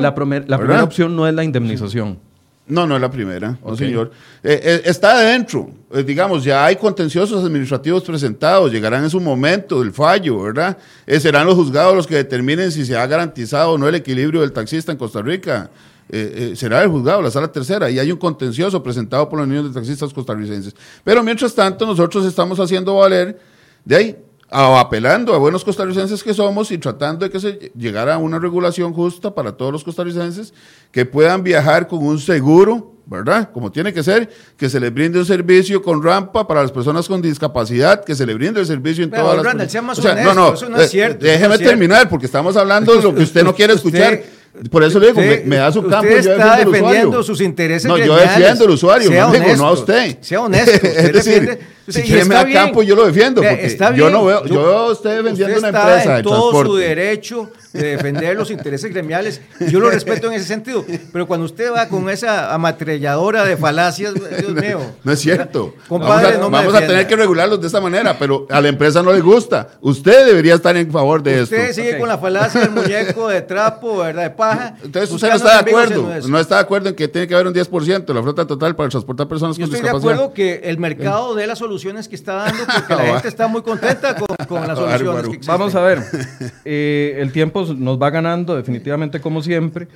opción no es la indemnización. No es la primera, no señor. Está adentro, digamos, ya hay contenciosos administrativos presentados, llegarán en su momento del fallo, ¿verdad? Serán los juzgados los que determinen si se ha garantizado o no el equilibrio del taxista en Costa Rica. Será el juzgado, la sala tercera, y hay un contencioso presentado por la Unión de Taxistas Costarricenses. Pero mientras tanto, nosotros estamos haciendo valer de ahí apelando a buenos costarricenses que somos y tratando de que se llegara a una regulación justa para todos los costarricenses que puedan viajar con un seguro, ¿verdad? Como tiene que ser, que se les brinde un servicio con rampa para las personas con discapacidad, que se le brinde el servicio en todas las... Randall, sea más honesto, eso no es cierto. Déjeme terminar, porque estamos hablando de lo que usted no quiere escuchar. Por eso le digo, me da su campo. Usted está defendiendo sus intereses gremiales. Yo defiendo al usuario, sea honesto, honesto, no a usted. Sea honesto. Usted es decir, si quiere me da campo, yo lo defiendo. Porque yo no veo, yo veo a usted vendiendo una empresa de transporte. Usted está en todo su derecho de defender los intereses gremiales. Yo lo respeto en ese sentido. Pero cuando usted va con esa ametralladora de falacias, Dios mío. No es cierto. Compadre, vamos a tener que regularlos de esta manera, pero a la empresa no le gusta. Usted debería estar en favor de esto. Usted sigue con la falacia del muñeco de trapo, ¿verdad? De paja. Entonces usted no está de acuerdo. No está de acuerdo en que tiene que haber un 10% de la flota total para transportar personas con discapacidad. Yo estoy de acuerdo que el mercado dé las soluciones que está dando, porque la gente está muy contenta con las soluciones que existen. Vamos a ver. El tiempo nos va ganando definitivamente como siempre.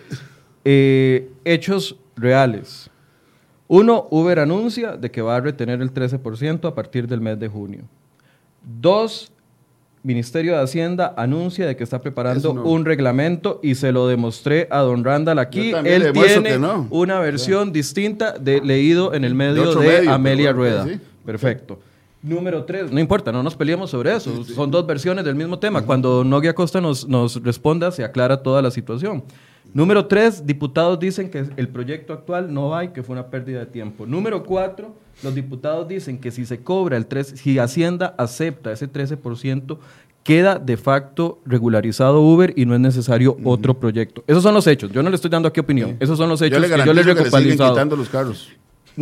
Hechos reales. 1, Uber anuncia de que va a retener el 13% a partir del mes de junio. 2, Ministerio de Hacienda anuncia de que está preparando un reglamento y se lo demostré a don Randall aquí. Él tiene una versión distinta leído en el medio de Amelia Rueda. Sí. Perfecto. Número 3, no importa, no nos peleemos sobre eso. Sí. Son dos versiones del mismo tema. Cuando Nogui Acosta nos responda, se aclara toda la situación. Número 3, diputados dicen que el proyecto actual no va y que fue una pérdida de tiempo. Número 4, los diputados dicen que si se cobra si Hacienda acepta ese 13%, queda de facto regularizado Uber y no es necesario otro proyecto. Esos son los hechos. Yo no le estoy dando aquí opinión. Esos son los hechos que yo le he recopilado. Quitando los carros.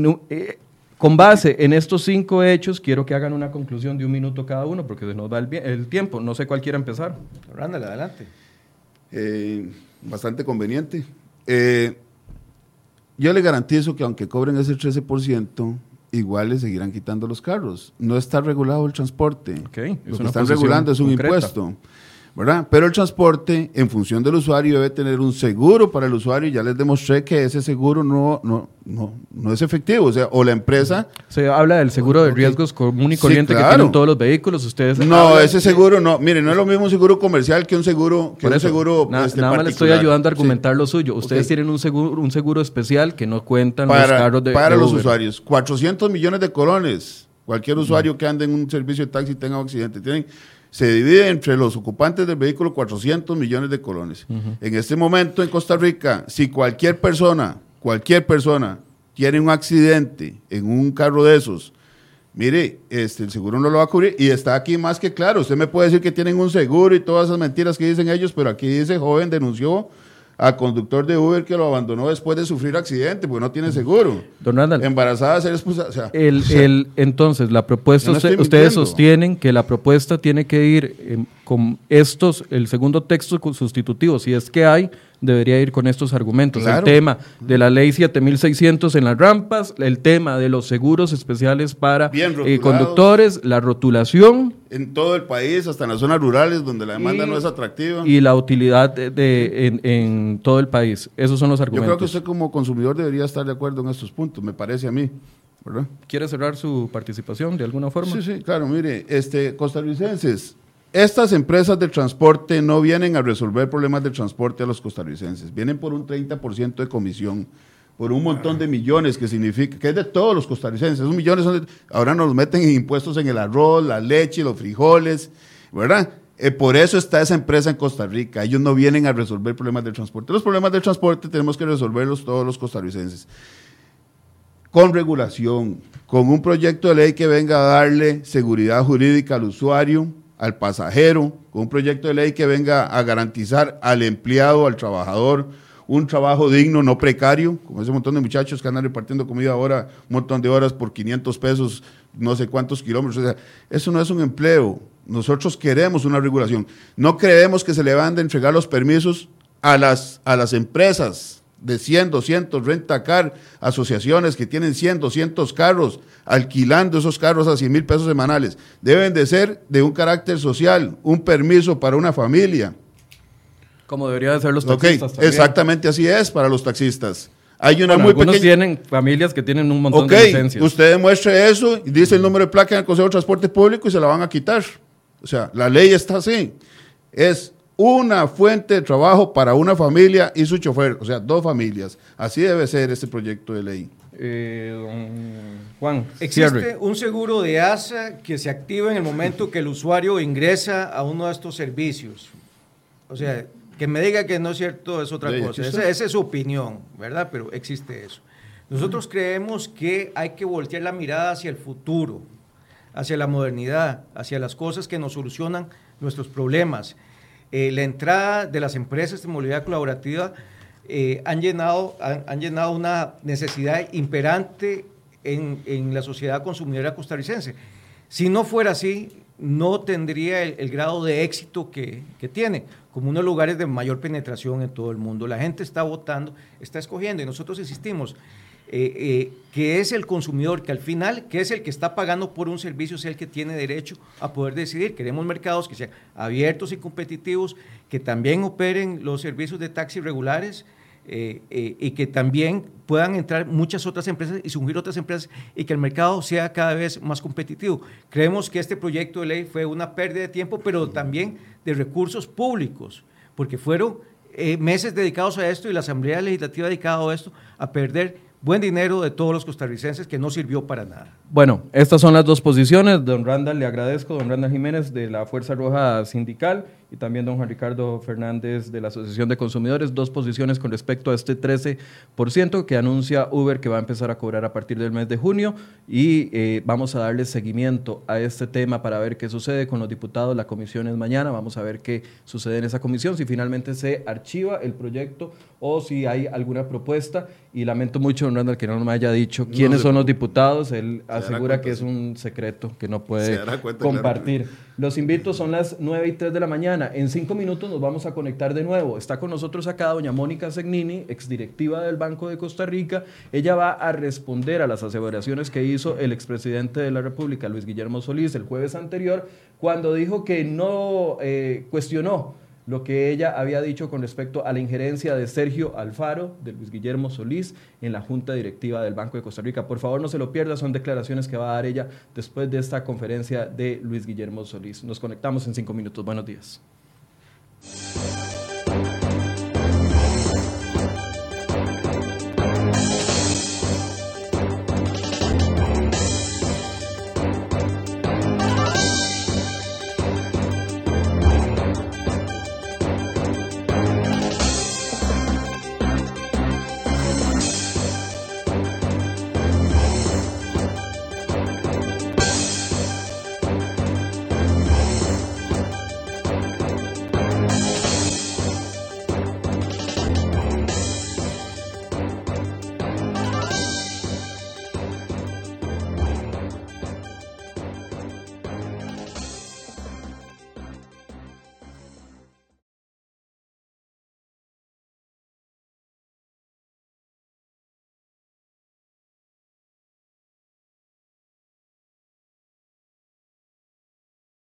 Con base en estos 5 hechos, quiero que hagan una conclusión de 1 minuto cada uno, porque se nos va el tiempo. No sé cuál quiera empezar. Randall, adelante. Bastante conveniente. Yo le garantizo que aunque cobren ese 13%, igual le seguirán quitando los carros. No está regulado el transporte. Lo que están regulando es un impuesto, ¿verdad? Pero el transporte, en función del usuario, debe tener un seguro para el usuario, y ya les demostré que ese seguro no es efectivo, o sea, o la empresa... Se habla del seguro de riesgos común y corriente que tienen todos los vehículos, ustedes... No, ese seguro no, mire, no es lo mismo un seguro comercial que un seguro nada más le estoy ayudando a argumentar lo suyo. Ustedes tienen un seguro especial que no cuentan los carros para de los Uber. Usuarios, 400 millones de colones, cualquier usuario que ande en un servicio de taxi y tenga un accidente, se divide entre los ocupantes del vehículo 400 millones de colones. En este momento en Costa Rica, si cualquier persona tiene un accidente en un carro de esos, mire, el seguro no lo va a cubrir, y está aquí más que claro. Usted me puede decir que tienen un seguro y todas esas mentiras que dicen ellos, pero aquí dice: joven denunció a conductor de Uber que lo abandonó después de sufrir accidente porque no tiene seguro. Don Randall, embarazada, ser expulsada. O sea, entonces, la propuesta, ustedes sostienen que la propuesta tiene que ir con el segundo texto sustitutivo, si es que hay, debería ir con estos argumentos. Claro. El tema de la ley 7600 en las rampas, el tema de los seguros especiales para conductores, la rotulación. En todo el país, hasta en las zonas rurales donde la demanda no es atractiva. Y la utilidad en todo el país. Esos son los argumentos. Yo creo que usted como consumidor debería estar de acuerdo en estos puntos, me parece a mí, ¿verdad? ¿Quiere cerrar su participación de alguna forma? Sí, claro, mire, costarricenses, estas empresas de transporte no vienen a resolver problemas de transporte a los costarricenses, vienen por un 30% de comisión, por un montón de millones, que significa que es de todos los costarricenses. Esos millones ahora nos meten en impuestos en el arroz, la leche, los frijoles, ¿verdad? Por eso está esa empresa en Costa Rica. Ellos no vienen a resolver problemas de transporte. Los problemas de transporte tenemos que resolverlos todos los costarricenses. Con regulación, con un proyecto de ley que venga a darle seguridad jurídica al usuario, al pasajero, con un proyecto de ley que venga a garantizar al empleado, al trabajador, un trabajo digno, no precario, como ese montón de muchachos que andan repartiendo comida ahora un montón de horas por 500 pesos, no sé cuántos kilómetros. O sea, eso no es un empleo. Nosotros queremos una regulación. No creemos que se le van a entregar los permisos a las empresas de 100, 200, rentacar, asociaciones que tienen 100, 200 carros, alquilando esos carros a 100 mil pesos semanales. Deben de ser de un carácter social, un permiso para una familia. Como debería de ser los taxistas también. Exactamente así es para los taxistas. Hay una algunos tienen familias que tienen un montón de licencias. Usted demuestre eso y dice el número de placa en el Consejo de Transporte Público y se la van a quitar. O sea, la ley está así. Es una fuente de trabajo para una familia y su chofer, o sea, 2 familias. Así debe ser este proyecto de ley. Don Juan, existe cierre. un seguro de ASA que se activa en el momento que el usuario ingresa a uno de estos servicios. O sea, que me diga que no es cierto es otra cosa. Esa es su opinión, ¿verdad? Pero existe eso. Nosotros creemos que hay que voltear la mirada hacia el futuro, hacia la modernidad, hacia las cosas que nos solucionan nuestros problemas. La entrada de las empresas de movilidad colaborativa han llenado una necesidad imperante en la sociedad consumidora costarricense. Si no fuera así, no tendría el grado de éxito que tiene, como uno de los lugares de mayor penetración en todo el mundo. La gente está votando, está escogiendo, y nosotros insistimos que es el consumidor que al final, que es el que está pagando por un servicio, es el que tiene derecho a poder decidir. Queremos mercados que sean abiertos y competitivos, que también operen los servicios de taxi regulares, y que también puedan entrar muchas otras empresas y surgir otras empresas, y que el mercado sea cada vez más competitivo. Creemos que este proyecto de ley fue una pérdida de tiempo, pero también de recursos públicos, porque fueron meses dedicados a esto, y la Asamblea Legislativa dedicada a esto, a perder buen dinero de todos los costarricenses, que no sirvió para nada. Bueno, estas son las 2 posiciones. Don Randall, le agradezco, don Randall Jiménez de la Fuerza Roja Sindical, y también don Juan Ricardo Fernández de la Asociación de Consumidores. 2 posiciones con respecto a este 13% que anuncia Uber, que va a empezar a cobrar a partir del mes de junio, y vamos a darle seguimiento a este tema para ver qué sucede con los diputados. La comisión es mañana, vamos a ver qué sucede en esa comisión, si finalmente se archiva el proyecto o si hay alguna propuesta, y lamento mucho, don Randall, que no me haya dicho quiénes son los diputados. Él asegura que es un secreto que no puede compartir. Claro. Los invito, son las 9:03 de la mañana. En 5 minutos nos vamos a conectar de nuevo. Está con nosotros acá doña Mónica Segnini, exdirectiva del Banco de Costa Rica. Ella va a responder a las aseveraciones que hizo el expresidente de la República, Luis Guillermo Solís, el jueves anterior, cuando dijo que no cuestionó lo que ella había dicho con respecto a la injerencia de Sergio Alfaro, de Luis Guillermo Solís, en la Junta Directiva del Banco de Costa Rica. Por favor, no se lo pierda, son declaraciones que va a dar ella después de esta conferencia de Luis Guillermo Solís. Nos conectamos en 5 minutos. Buenos días.